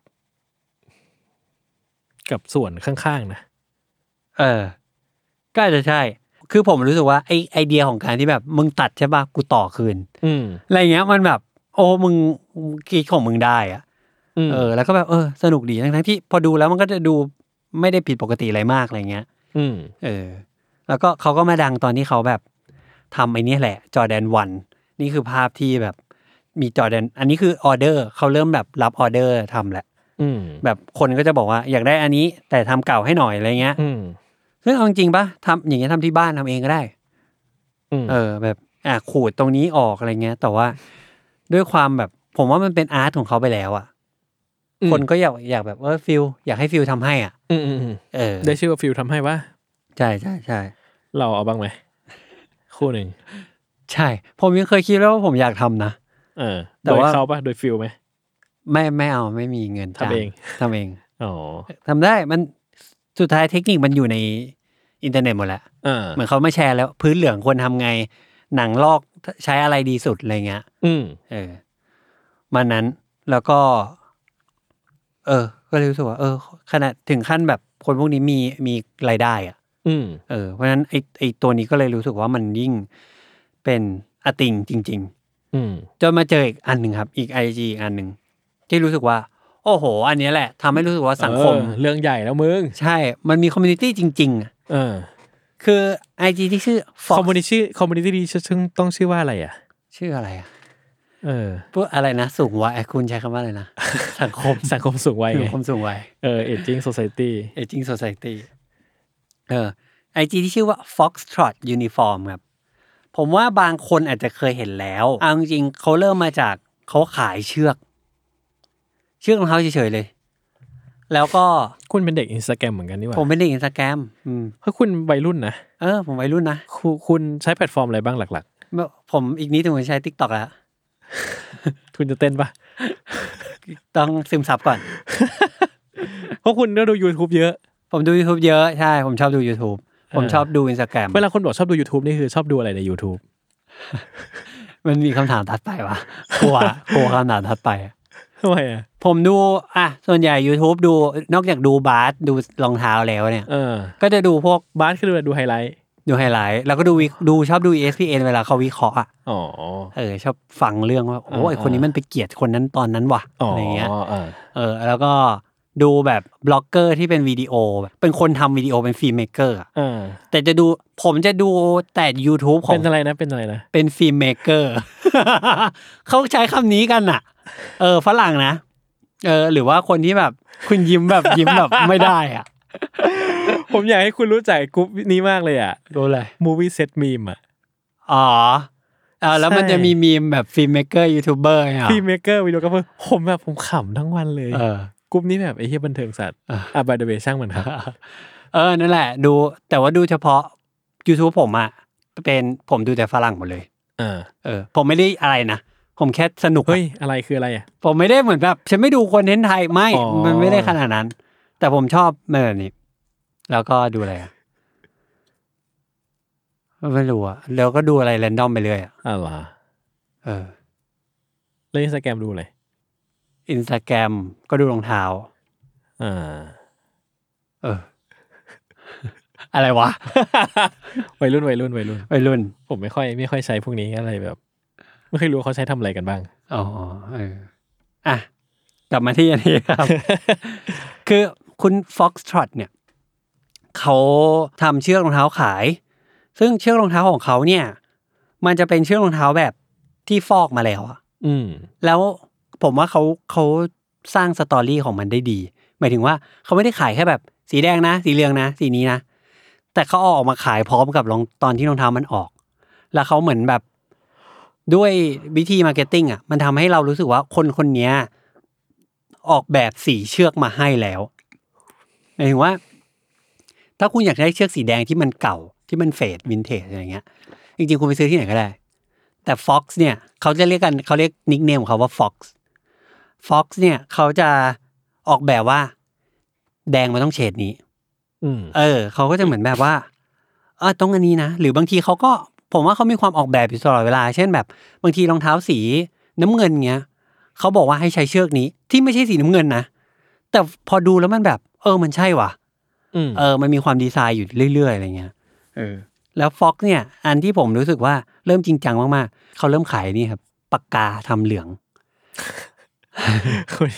กับส่วนข้างๆนะ
เออก็อาจจะใช่คือผมรู้สึกว่าไอไอเดียของการที่แบบมึงตัดใช่ป่ะกูต่อคืน
อืม
อะไรเงี้ยมันแบบโอ้มึงคิดของมึงได้อ่ะเออแล้วก็แบบเออสนุกดีทั้งๆที่พอดูแล้วมันก็จะดูไม่ได้ผิดปกติอะไรมากอะไรเงี้ย
อืม
เออแล้วก็เขาก็มาดังตอนที่เขาแบบทำไอ้นี่แหละจอร์แดนวันนี่คือภาพที่แบบมีจอร์แดนอันนี้คือออเดอร์เขาเริ่มแบบรับออเดอร์ทำแหละแบบคนก็จะบอกว่าอยากได้อันนี้แต่ทำเก่าให้หน่อยอะไรเงี้ยซึ่งเอาจริงปะทำอย่างเงี้ยทำที่บ้านทำเองก็ได้เออแบบอ่ะขูดตรงนี้ออกอะไรเงี้ยแต่ว่าด้วยความแบบผมว่ามันเป็นอาร์ตของเขาไปแล้วอ่ะคนก็อยากอยากแบบเออฟิลอยากให้ฟิลทำให้อ่ะเออ
ได้ชื่อว่าฟิลทำให้วะ
ใช่ใช่ใช่
เราเอาบ้างไหมคู่หนึ่ง
ใช่ผมยังเคยคิดแล้วว่าผมอยากทำนะ
เออแต่ว่าเขาปะโดยฟิลไหม
ไม่ไม่เอาไม่มีเงิน
ทำเอง
ทำเอง
อ๋อ
ทำได้มันสุดท้ายเทคนิคมันอยู่ในอินเทอร์เน็ตหมดแล้วเหมือนเขาไม่แชร์แล้วพื้นเหลืองควรทำไงหนังลอกใช้อะไรดีสุดอะไรเงี้ย
อืม
เออมันนั้นแล้วก็เออก็รู้สึกว่าเออขนาดถึงขั้นแบบคนพวกนี้มีมีรายได้อ่ะ
อืม
เออเพราะฉะนั้นไอไอตัวนี้ก็เลยรู้สึกว่ามันยิ่งเป็นอติงจริง
ๆอืม
จนมาเจออีกอันหนึ่งครับอีก ไอ จี อีกอันหนึ่งที่รู้สึกว่าโอ้โหอันนี้แหละทำให้รู้สึกว่าสังคม
เรื่องใหญ่แล้วมึง
ใช่มันมีคอมมูนิตี้จริงๆ
เออ
คือ ไอ จี ที่ชื่อ
คอมมูนิตี้คอมมูนิตี้ซึ่งต้องชื่อว่าอะไรอ่ะ
ชื่ออะไรอ่ะ
เออ
พวกอะไรนะสูงวัยคุณใช้คำว่าอะไรนะสังคม
สังคมสูงวัย
สังคมสูงวัย
เออ aging society
aging society เออ ไอ จี ที่ชื่อว่า Foxtrot Uniform ครับผมว่าบางคนอาจจะเคยเห็นแล้วเอาจริงๆเขาเริ่มมาจากเขาขายเชือกเชือกรองเท้าเฉยๆเลยแล้วก็
คุณเป็นเด็ก Instagram เหมือนกันนี่หว่า
ผมเป็นเด็ก Instagram อืม
เพราะคุณวัยรุ่นนะ
เออผมวัยรุ่นนะ
คุณคุณใช้แพลตฟอร์มอะไรบ้างหลัก
ๆผมอีกนิดนึงผมใช้ TikTok แล้ว
คุณจะเต้นปะ
ต้องซึมซับก่อน
เพราะคุณก็ดู YouTube เยอะ
ผมดู YouTube เยอะใช่ผมชอบดู YouTube ผมชอบดู Instagram
เวลาคนบอกชอบดู YouTube นี่คือชอบดูอะไรใน YouTube
มันมีคำถามถัดไปวะกลัวกลัวคำถามถัดไป
ทำไมอ่ะ
ผมดูอ่ะส่วนใหญ่ YouTube ดูนอกจากดูบาสดูรองเท้าแล้วเนี่ย
เออ
ก็จะดูพวก
บาสคือดูไฮไลท์
ดูไฮไลท์แล้วก็ดูดูชอบดู อี เอส พี เอ็น เวลาเขาวิเคราะห์อ่ะ
อ๋อ
เออชอบฟังเรื่องว่าโอ้ยคนนี้มันไปเกลียดคนนั้นตอนนั้นว่ะอะไรเงี้ยเออแล้วก็ดูแบบบล็อกเกอร์ที่เป็นวิดีโอเป็นคนทำวิดีโอเป็นฟิล์มเมกเกอร์อ่ะแต่จะดูผมจะดูแต่ YouTube ของ
เป็นอะไรนะเป็นอะไรนะ
เป็นฟิล์มเมกเกอร์เขาใช้คำนี้กันอ่ะเออฝรั่งนะเออหรือว่าคนที่แบบคุณยิ้มแบบยิ้มแบบไม่ได้อ่ะ
ผมอยากให้คุณรู้จักกลุ่มนี้มากเลยอ่ะ
รู้อะไร
Movie Set Meme อ่ะ
อ๋ออ่าแล้วมันจะมีมีมแบบฟิล์มเมกเกอร์ยูทูบเบอร์อ่ะ
ฟิล์มเมกเกอร์วิดีโอก็ผมแบบผมขำทั้งวันเลย
เอ
อกลุ่มนี้แบบไอ้เหี้ยบันเทิงสัตว์อ่ะ by the way ช่างมันครับ
เออนั่นแหละดูแต่ว่าดูเฉพาะ YouTube ผมอ่ะเป็นผมดูแต่ฝรั่งหมดเลย
เออ
เออผมไม่ได้อะไรนะผมแค่สนุก
เฮ้ยอะไรคืออะไรอ่ะ
ผมไม่ได้เหมือนแบบฉันไม่ดูคอนเทนต์ไทยไม่มันไม่ได้ขนาดนั้นแต่ผมชอบแบบนี้แล้วก็ดูอะไรอ่ะไม่รู้อ่ะแล้วก็ดูอะไรแรนดอมไปเรื่อยอ่ะ
อะไร
เออ
แล้ว Instagram ดูอะไร
Instagram ก็ดูรองเท้า
อ่า
เอออะไรวะ
วัยรุ่นวัยรุ่นวัยรุ่น
วัยรุ่น
ผมไม่ค่อยไม่ค่อยใช้พวกนี้อะไรแบบไม่เคยรู้เขาใช้ทำอะไรกันบ้าง
อ๋อเอออ่ะกลับมาที่อันนี้ครับ คือคุณ Foxtrot เนี่ยเขาทำเชือกรองเท้าขายซึ่งเชือกรองเท้าของเขาเนี่ยมันจะเป็นเชือกรองเท้าแบบที่ฟอกมาแล้วอ่ะ
อืม
แล้วผมว่าเขาเขาสร้างสตอรี่ของมันได้ดีหมายถึงว่าเขาไม่ได้ขายแค่แบบสีแดงนะสีเหลืองนะสีนี้นะแต่เขาเอาออกมาขายพร้อมกับรองตอนที่รองเท้ามันออกแล้วเขาเหมือนแบบด้วยวิธีมาร์เก็ตติ้งอ่ะมันทำให้เรารู้สึกว่าคนคนนี้ออกแบบสีเชือกมาให้แล้วหมายถึงว่าถ้าคุณอยากได้เชือกสีแดงที่มันเก่าที่มันเฟดวินเทจอะไรเงี้ยจริงๆคุณไปซื้อที่ไหนก็ได้แต่ Fox เนี่ยเขาจะเรียกกันเขาเรียกนิคเนมของเขาว่า Fox Fox เนี่ยเขาจะออกแบบว่าแดงมันต้องเฉดนี้เออเขาก็จะเหมือนแบบว่าเออต้องอันนี้นะหรือบางทีเขาก็ผมว่าเขามีความออกแบบอยู่ตลอดเวลาเช่นแบบบางทีรองเท้าสีน้ำเงินเงี้ยเขาบอกว่าให้ใช้เชือกนี้ที่ไม่ใช่สีน้ำเงินนะแต่พอดูแล้วมันแบบเออมันใช่ว่ะเออมันมีความดีไซน์อยู่เรื่อยๆอะไรเงี้ยเออแล้ว Fox เนี่ยอันที่ผมรู้สึกว่าเริ่มจริงจังมากๆเขาเริ่มขายนี่ครับปากกาทำเหลือง
คนนี้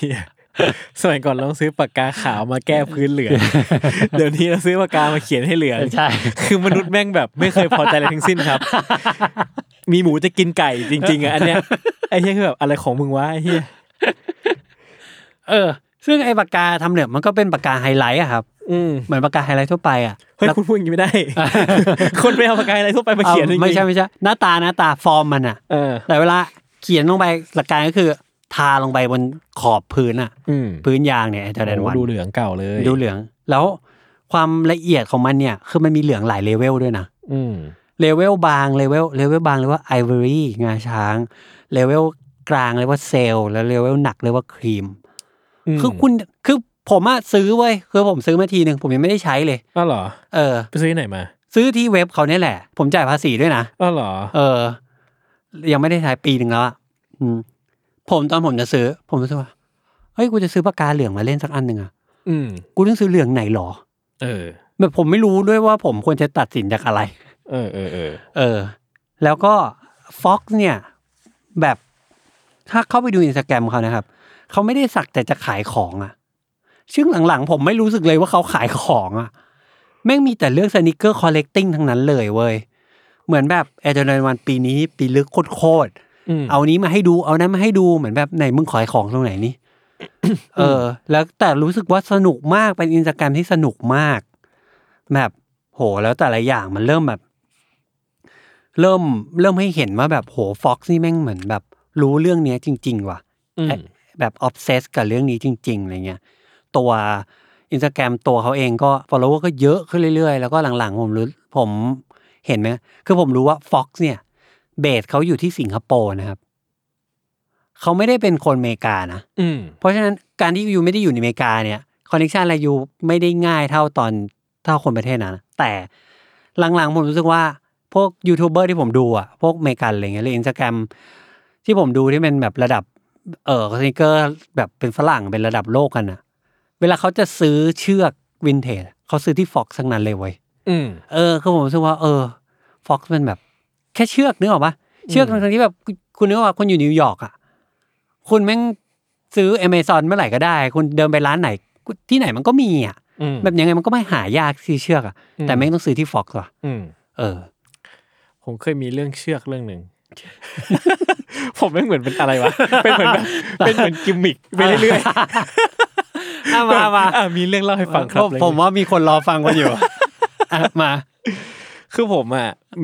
สมัยก่อนเราต้องซื้อปากกาขาวมาแก้พื้นเหลืองเดี๋ยวนี้เราซื้อปากกามาเขียนให้เหลือง
ใช่
คือมนุษย์แม่งแบบไม่เคยพอใจอะไรทั้งสิ้นครับมีหมูจะกินไก่จริงๆอ่ะอันเนี้ยไอ้เหี้ยคือแบบอะไรของมึงวะไอ้เหี้ย
เออซึ่งไอ้ปากกาทำเหลืองมันก็เป็นปากกาไฮไลท์อะครับเหมือนปากกาไฮไลท์ทั่วไปอ่ะ
เฮ้ยคุณพูดอย่างนี้ไม่ได้คนไปเอาปากกาไฮไลท์ทั่วไปมาเขียน
ไม่ใช่ไม่ใช่หน้าตาหน้าตาฟอร์มมันอ่ะแต่เวลาเขียนลงไปหลักการก็คือทาลงไปบนขอบพื้นอ่ะพื้นยางเนี่ยไอ้เทอร์เรนวัน
ดูเหลืองเก่าเลย
ดูเหลืองแล้วความละเอียดของมันเนี่ยคือมันมีเหลืองหลายเลเวลด้วยนะเลเวลบางเลเวลเลเวลบางเรียกว่าไอวอรี่งาช้างเลเวลกลางเรียกว่าเซลแล้วเลเวลหนักเรียกว่าครีมคือคุณคือผมอะซื้อเว้ยคือผมซื้อมาทีนึงผมยังไม่ได้ใช้เลย
อ้าวเหรอ
เออ
ไปซื้อที่ไหนมา
ซื้อที่เว็บเขาเนี่ยแหละผมจ่ายภาษีด้วยนะ
อ้าวเหรอ
เออยังไม่ได้ใช้ปีนึงแล้วอ่ะอืมผมตอนผมจะซื้อผมรู้สึกว่าเฮ้ยกูจะซื้อปากกาเหลืองมาเล่นสักอันนึงอ่ะอืมกูต้องซื้อเหลืองไหนหรอเออแบบผมไม่รู้ด้วยว่าผมควรจะตัดสินจากอะไร
เออเออเออ
เออแล้วก็ Fox เนี่ยแบบถ้าเข้าไปดู Instagram เขานะครับเขาไม่ได้สักแต่จะขายของอ่ะซึ่งหลังๆผมไม่รู้สึกเลยว่าเขาขายของอ่ะแม่งมีแต่เรื่องสนิกเกอร์คอลเลกติ้งทั้งนั้นเลยเว้ยเหมือนแบบแอร์เจอร์วันปีนี้ปีลึกโคตรๆเอานี้มาให้ดูเอานั้นมาให้ดูเหมือนแบบไหนมึงขายของตรงไหนนี่ เออแล้วแต่รู้สึกว่าสนุกมากเป็น Instagram ที่สนุกมากแบบโหแล้วแต่ละอย่างมันเริ่มแบบเริ่มเริ่มให้เห็นว่าแบบโห Fox นี่แม่งเหมือนแบบรู้เรื่องนี้จริงๆว่ะแบบออฟเซสกับเรื่องนี้จริงๆอะไรเงี้ยตัว Instagram ตัวเขาเองก็ follower ก็เยอะขึ้นเรื่อยๆแล้วก็หลังๆผมรู้ผมเห็นไหมคือผมรู้ว่า Fox เนี่ยเบสเขาอยู่ที่สิงคโปร์นะครับเขาไม่ได้เป็นคนอเมริกานะเพราะฉะนั้นการที่ยูไม่ได้อยู่ในอเมริกาเนี่ยคอนเนคชั่นอะไรยูไม่ได้ง่ายเท่าตอนเท่าคนประเทศนั้นแต่หลังๆผมรู้สึกว่าพวกยูทูบเบอร์ที่ผมดูอ่ะพวกอเมริกันอะไรเงี้ยหรือ Instagram ที่ผมดูที่เป็นแบบระดับเออสนิกเกอร์แบบเป็นฝรั่งเป็นระดับโลกกันนะเวลาเขาจะซื้อเชือกวินเทจเขาซื้อที่ Fox ทั้งนั้นเลยเว้ยเออคือผมรู้สึกว่าเออ Fox เป็นแบบแค่เชือกนึกออกปะเชือกทั้งที่แบบคุณนึกว่าคุณอยู่นิวยอร์กอ่ะคุณแม่งซื้อ Amazon เมื่อไหร่ก็ได้คุณเดินไปร้านไหนที่ไหนมันก็มีอ่ะแบบยังไงมันก็ไม่หายากซื้อเชือกอ่ะแต่แม่งต้องซื้อที่ Fox ว่ะเออ
ผมเคยมีเรื่องเชือกเรื่องนึง ผมไม่เหมือนเป็นอะไรวะเป็นเหมือนแบบเป็นเหมือนกิมมิคไปเรื่อยๆ
อ่ะมามา
อ่ะมีเรื่องเล่าให้ฟังครับ
ผมว่ามีคนรอฟังกันอยู่อ่ะมา
คือผมอ่ะมี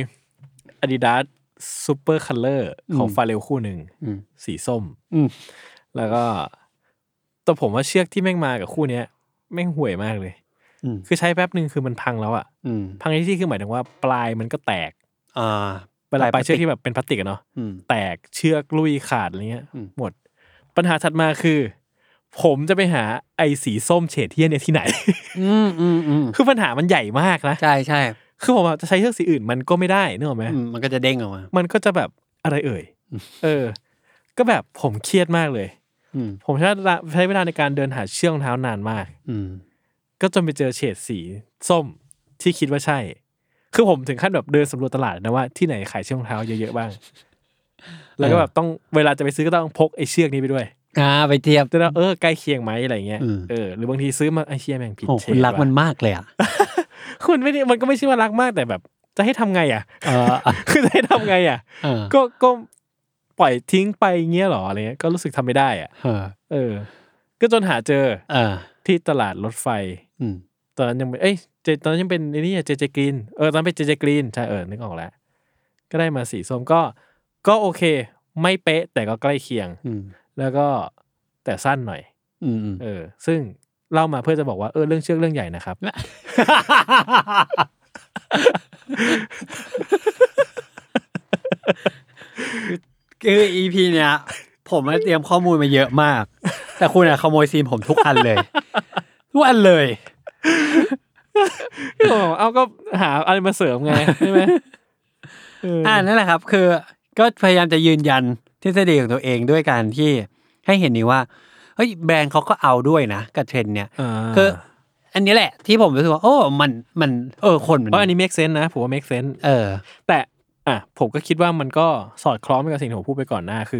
Adidas Super Color ของฟาเรลคู่นึงสีส้มแล้วก็แต่ผมว่าเชือกที่แม่งมากับคู่เนี้ยแม่งห่วยมากเลยคือใช้แป๊บนึงคือมันพังแล้วอ่ะพังในที่คือหมายถึงว่าปลายมันก็แตกอ่าเวลาปลายเชือกที่แบบเป็นพลาสติกอะเนาะแตกเชือกลุยขาดอะไรเงี้ยหมดปัญหาถัดมาคือผมจะไปหาไอ้สีส้มเฉดเทียนเนี่ยที่ไหนคือปัญหามันใหญ่มากนะ
ใช่ใช่
คือผมจะใช้เชือกสีอื่นมันก็ไม่ได้นึกออกไหม
มันก็จะเด้งออกมา
มันก็จะแบบอะไรเอ่ยเออก็แบบผมเครียดมากเลยผมใช้ใช้เวลาในการเดินหาเชือกรองเท้านานมากก็จนไปเจอเฉดสีส้มที่คิดว่าใช่คือผมถึงขั้นแบบเดินสำรวจตลาดนะว่าที่ไหนขายเชือกรองเท้าเยอะๆบ้างแล้วก็แบบต้องเวลาจะไปซื้อก็ต้องพกไอ้เชือกนี้ไปด้วย
อ่าไปเทียบ
แต่เออใกล้เคียงไหมอะไรเงี้ยเออหรือบางทีซื้อมาไอ้เชี่ยแม่งผิดเฉด
คุณรักมันมากเลยอ่ะ
คุณไม่ได้มันก็ไม่ใช่ว่ารักมากแต่แบบจะให้ทำไงอ่ะคือจะให้ทำไงอ่ะก็ก็ปล่อยทิ้งไปเงี้ยหรออะไรเงี้ยก็รู้สึกทำไม่ได้อ่ะเออก็จนหาเจอที่ตลาดรถไฟตอนนั้นยังเอ้ยตอนนั้นยังเป็นนี่เจเจกรีนเออตอนเป็นเจเจกรีนใช่เออนึกออกแล้วก็ได้มาสีส้มก็ก็โอเคไม่เป๊ะแต่ก็ใกล้เคียงแล้วก็แต่สั้นหน่อยเออซึ่งเล่ามาเพื่อจะบอกว่าเออเรื่องเชือกเรื่องใหญ่นะครับ
คือ อี พี เนี้ยผมเตรียมข้อมูลมาเยอะมากแต่คุณอะขโมยซีนผมทุกอันเลยทุกอันเลย
เอาก็หาอะไรมาเสริมไงใช่ไหม
อ่านั่นแหละครับคือก็พยายามจะยืนยันทฤษฎีของตัวเองด้วยการที่ให้เห็นนี่ว่าเฮ้ยแบรนด์เขาก็เอาด้วยนะกับเทรนด์เนี้ยคืออันนี้แหละที่ผมรู้สึกว่าโอ้มันมันเออคน
เพราะอันนี้ make sense นะผมว่า make sense
เออ
แต่อ่ะผมก็คิดว่ามันก็สอดคล้องกับสิ่งที่ผมพูดไปก่อนหน้าคือ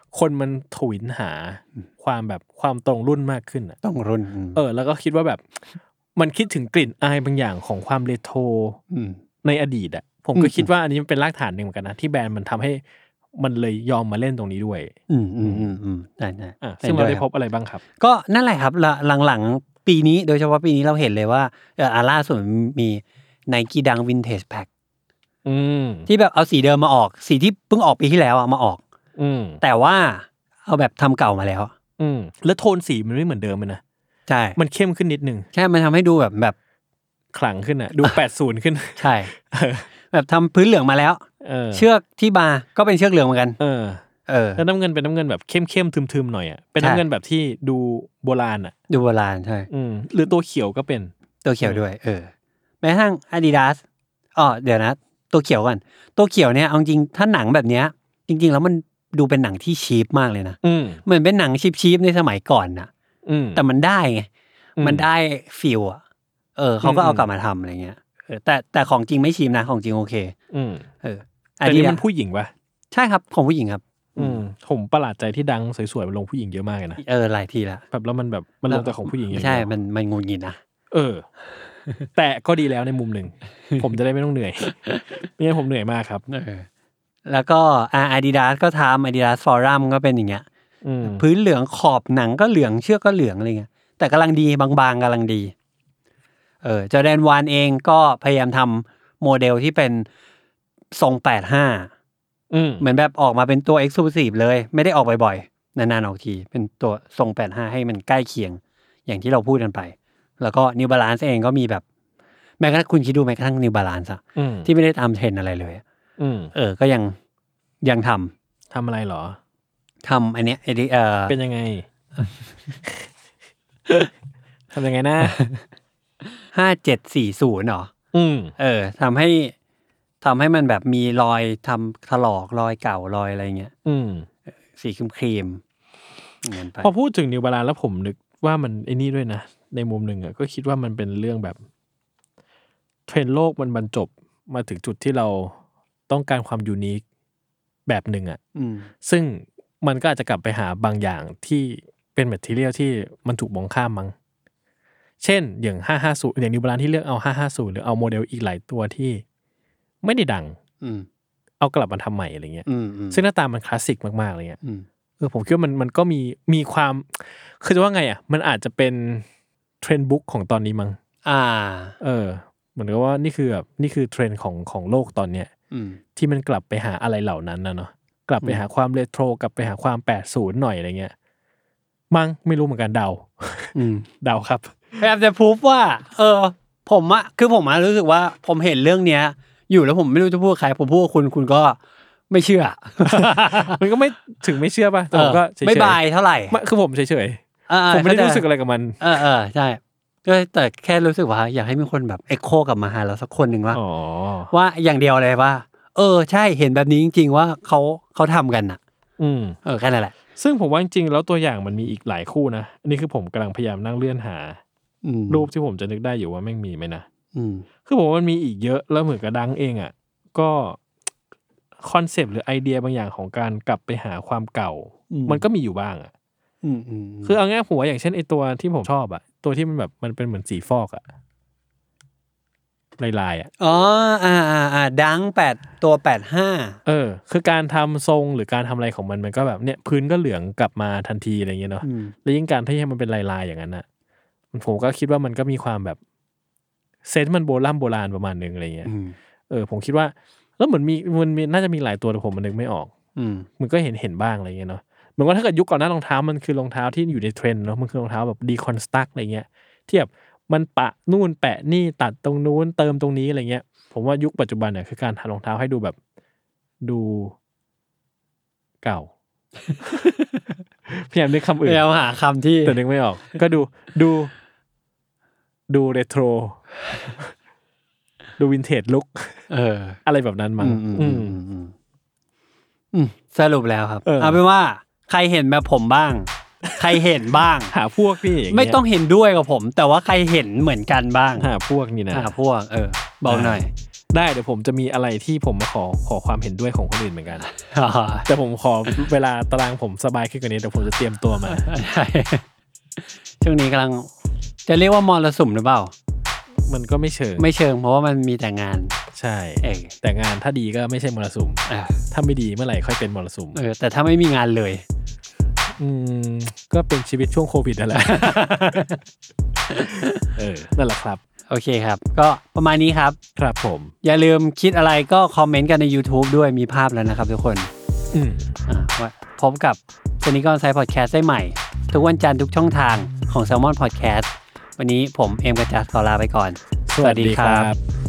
คนมันทวินหาความแบบความตรงรุ่นมากขึ้นอ่ะ
ตรงรุ่น
เออแล้วก็คิดว่าแบบมันคิดถึงกลิ่นอายบางอย่างของความเรโทรในอดีตอ่ะผมก็คิดว่าอันนี้มันเป็นรากฐานหนึ่งเหมือนกันนะที่แบรนด์มันทำให้มันเลยยอมมาเล่นตรงนี้ด้วย
อืมอืมอืมอืมได้ได้
อ่ะซึ่งเราได้พบอะไรบ้างครับ
ก็นั่นแหละครับหลังๆปีนี้โดยเฉพาะปีนี้เราเห็นเลยว่าเออล่าสุดมี Nike Dunk Vintage Pack
อืม
ที่แบบเอาสีเดิมมาออกสีที่เพิ่งออกปีที่แล้วอ่ะมาออก
อืม
แต่ว่าเอาแบบทำเก่ามาแล้ว
อืมแล้วโทนสีมันไม่เหมือนเดิมเลยนะ
ใช่
มันเข้มขึ้นนิดนึง
ใช่มันทำให้ดูแบบแบบ
ขลังขึ้นอ่ะดูแปดสิบขึ้น
ใช่แบบทำพื้นเหลืองมาแล้วเชือกที่บาร์ก็เป็นเชือกเหลืองเหมือนกัน
เออเออแล้วน้ำเงินเป็นน้ำเงินแบบเข้มๆทึมๆหน่อยอ่ะเป็นน้ำเงินแบบที่ดูโบราณอ่ะ
ดูโบราณใช่
อืมหรือตัวเขียวก็เป็น
ตัวเขียวด้วยเออแม้กระทั่ง Adidas อ๋อเดี๋ยวนะตัวเขียวก่อนตัวเขียวเนี่ยเอาจริงถ้าหนังแบบเนี้ยจริงๆแล้วมันดูเป็นหนังที่ชีพมากเลยนะเหมือนเป็นหนังชีพๆในสมัยก่อนน่ะแต่มันได้ไงมันได้ฟีลอ่ะเออเขาก็เอากลับมาทำอะไรเงี้ยเออแต่แต่ของจริงไม่ชีพนะของจริงโอเค
อืม
เออ
แต่นี่มันผู้หญิงปะ
ใช่ครับของผู้หญิงครับ
อืมผมประหลาดใจที่ดังสวยๆมันลงผู้หญิงเยอะมากเลยนะ
เออหลายทีละ
แบบแล้วมันแบบมันลงแต่ของผู้หญิง
ใช่มันมันงุนงิดนะ
เออแต่ก็ดีแล้วในมุมหนึ่งผมจะได้ไม่ต้องเหนื่อยไม่งั้นผมเหนื่อยมากครับ
เออแล้วก็อ่า Adidas ก็ทำ Adidas Forum ก็เป็นอย่างเงี้ยพื้นเหลืองขอบหนังก็เหลืองเชือกก็เหลืองอะไรเงี้ยแต่กำลังดีบางๆกำลังดีเออจอร์แดนวันเองก็พยายามทำโมเดลที่เป็นทรงแปดสิบห้า
อืม
เหมือนแบบออกมาเป็นตัว Exclusive เลยไม่ได้ออกบ่อยๆนานๆออกทีเป็นตัวทรงแปดสิบห้าให้มันใกล้เคียงอย่างที่เราพูดกันไปแล้วก็ New Balance เองก็มีแบบแม้กระทั่งคุณคิดดูแม้กระทั่ง New Balance อ่ะที่ไม่ได้ตามเทรนด์อะไรเลย
อืม
เออก็ยังยังท
ำทำอะไรหรอ
ทำอันเนี้ยไอ้เออ
เป็นยังไง ทำยังไงนะ
ห้าเจ็ดสี่ศูนย์หรอ
อืม
เออทำให้ทำให้มันแบบมีรอยทำถลอกรอยเก่ารอยอะไรเงี้ย
อืม
สีครีม
พอพูดถึงนิวบาลานซ์แล้วผมนึกว่ามันไอ้นี่ด้วยนะในมุมหนึ่งอ่ะก็คิดว่ามันเป็นเรื่องแบบเทรนด์โลกมันบรรจบมาถึงจุดที่เราต้องการความยูนิคแบบหนึ่งอ่ะซึ่งมันก็อาจจะกลับไปหาบางอย่างที่เป็นแมททีเรียลที่มันถูกมองข้ามมั้งเช่นอย่างห้าห้าศูนย์อย่างนิวบาลานซ์ที่เลือกเอาห้าห้าศูนย์หรือเอาโมเดลอีกหลายตัวที่ไม่ได้ดังเอากลับมาทำใหม่อะไรเงี้ยซึ่งหน้าตามันคลาสสิกมากๆอะไรเงี้ยเออผมคิดว่ามันมันก็มีมีความคือจะว่าไงอ่ะมันอาจจะเป็นเทรนด์บุ๊กของตอนนี้มั้ง
อ่า
เออเหมือนกับว่านี่คือแบบนี่คือเทรนด์ของของโลกตอนเนี้ยที่มันกลับไปหาอะไรเหล่านั้นนะเนาะกลับไปหาความเรโทรกลับไปหาความแปดสิบหน่อยอะไรเงี้ยมั้งไม่รู้เหมือนกันเดาเดาครับ
พยายามจะพูดว่าเออผมอะคือผมอะรู้สึกว่าผมเห็นเรื่องเนี้ยอยู่แล้วผมไม่รู้จะพูดใครผมพูดคุณคุณก็ไม่เชื่อ
มันก็ไม่ถึงไม่เชื่อป่ะแต่ผมก็
เฉยๆไม่บายเท่าไหร่
คือผมเฉยๆผมไม่ได้รู้สึกอะไรกับมัน
เออเออใช่ก็แต่แค่รู้สึกว่าอยากให้มีคนแบบเอ็กโคกลับมาหาเราสักคนหนึ่งว่าว่าอย่างเดียวเลยว่าเออใช่เห็นแบบนี้จริงๆว่าเขาเขาทำกันอ่ะ
อืม
เออแค่นั้นแหละ
ซึ่งผมว่าจริงๆแล้วตัวอย่างมันมีอีกหลายคู่นะอันนี้คือผมกำลังพยายามนั่งเลื่อนหารูปที่ผมจะนึกได้อยู่ว่าแม่งมีไหมนะคือผมว่ามันมีอีกเยอะแล้วเหมือนกับดังเองอ่ะก็คอนเซปต์หรือไอเดียบางอย่างของการกลับไปหาความเก่ามันก็มีอยู่บ้างอ่ะคือเอาง่ายๆผมว่าอย่างเช่นไอตัวที่ผมชอบอ่ะตัวที่มันแบบมันเป็นเหมือนสีฟอกอ่ะลายๆอ่ะ
อ๋ออ่าอ่าอ่าดังแปดตัวแปดห้า
เออคือการทำทรงหรือการทำอะไรของมันมันก็แบบเนี่ยพื้นก็เหลืองกลับมาทันทีอะไรเงี้ยเนาะแล้วยิ่งการที่ให้มันเป็นลายๆอย่างนั้นอ่ะผมก็คิดว่ามันก็มีความแบบเซนส์มันโบราณโบราณประมาณนึงอะไรเงี้ยเออผมคิดว่าแล้วเหมือนมีมันมีน่าจะมีหลายตัวแต่ผมมันนึกไม่ออกมันก็เห็นเห็นบ้างอะไรเงี้ยเนาะเหมือนว่าถ้าเกิดยุคก่อนหน้ารองเท้ามันคือรองเท้าที่อยู่ในเทรนด์เนาะมันคือรองเท้าแบบดีคอนสตรักอะไรเงี้ยที่แบบมันปะนู่นแปะนี่ตัดตรงนู้นเติมตรงนี้อะไรเงี้ยผมว่ายุคปัจจุบันเนี่ยคือการทำรองเท้าให้ดูแบบดูเก่าพยายามนึกคำอื่น
พยายามหาคำที่
แต่นึกไม่ออกก็ดูดูดูเรโทรดูวินเทจลุค
เออ
อะไรแบบนั้นมั้งอืม
อืมสรุปแล้วครับเอาเป็นว่าใครเห็นแบบผมบ้างใครเห็นบ้าง
หาพวกพี่
ไม่ต้องเห็นด้วยกับผมแต่ว่าใครเห็นเหมือนกันบ้าง
หาพวกนี่นะ
หาพวกเออบอกหน่อย
ได้เดี๋ยวผมจะมีอะไรที่ผมมาขอขอความเห็นด้วยของคนอื่นเหมือนกันแต่ผมขอเวลาตารางผมสบายขึ้นกว่านี้เดี๋ยวผมจะเตรียมตัวมา
ช่วงนี้กำลังจะเรียกว่ามรสุมหรือเปล่า
มันก็ไม่เชิง
ไม่เชิงเพราะว่ามันมีแต่งาน
ใช่แต่งานถ้าดีก็ไม่ใช่มรสุมถ้าไม่ดีเมื่อไหร่ค่อยเป็นมรสุม
เออแต่ถ้าไม่มีงานเลย
อืมก็เป็นชีวิตช่วงโควิดนั่นแหละเออนั่นแหละครับ
โอเคครับก็ประมาณนี้ครับ
ครับผม
อย่าลืมคิดอะไรก็คอมเมนต์กันใน YouTube ด้วยมีภาพแล้วนะครับทุกคน
อืม
อ่าว่าพบกับ Cynical Side Podcast ได้ใหม่ทุกวันจันทร์ทุกช่องทางของ Salmon Podcast วันนี้ผมเอมกับจัสขอลาไปก่อน
สวัสดีครับ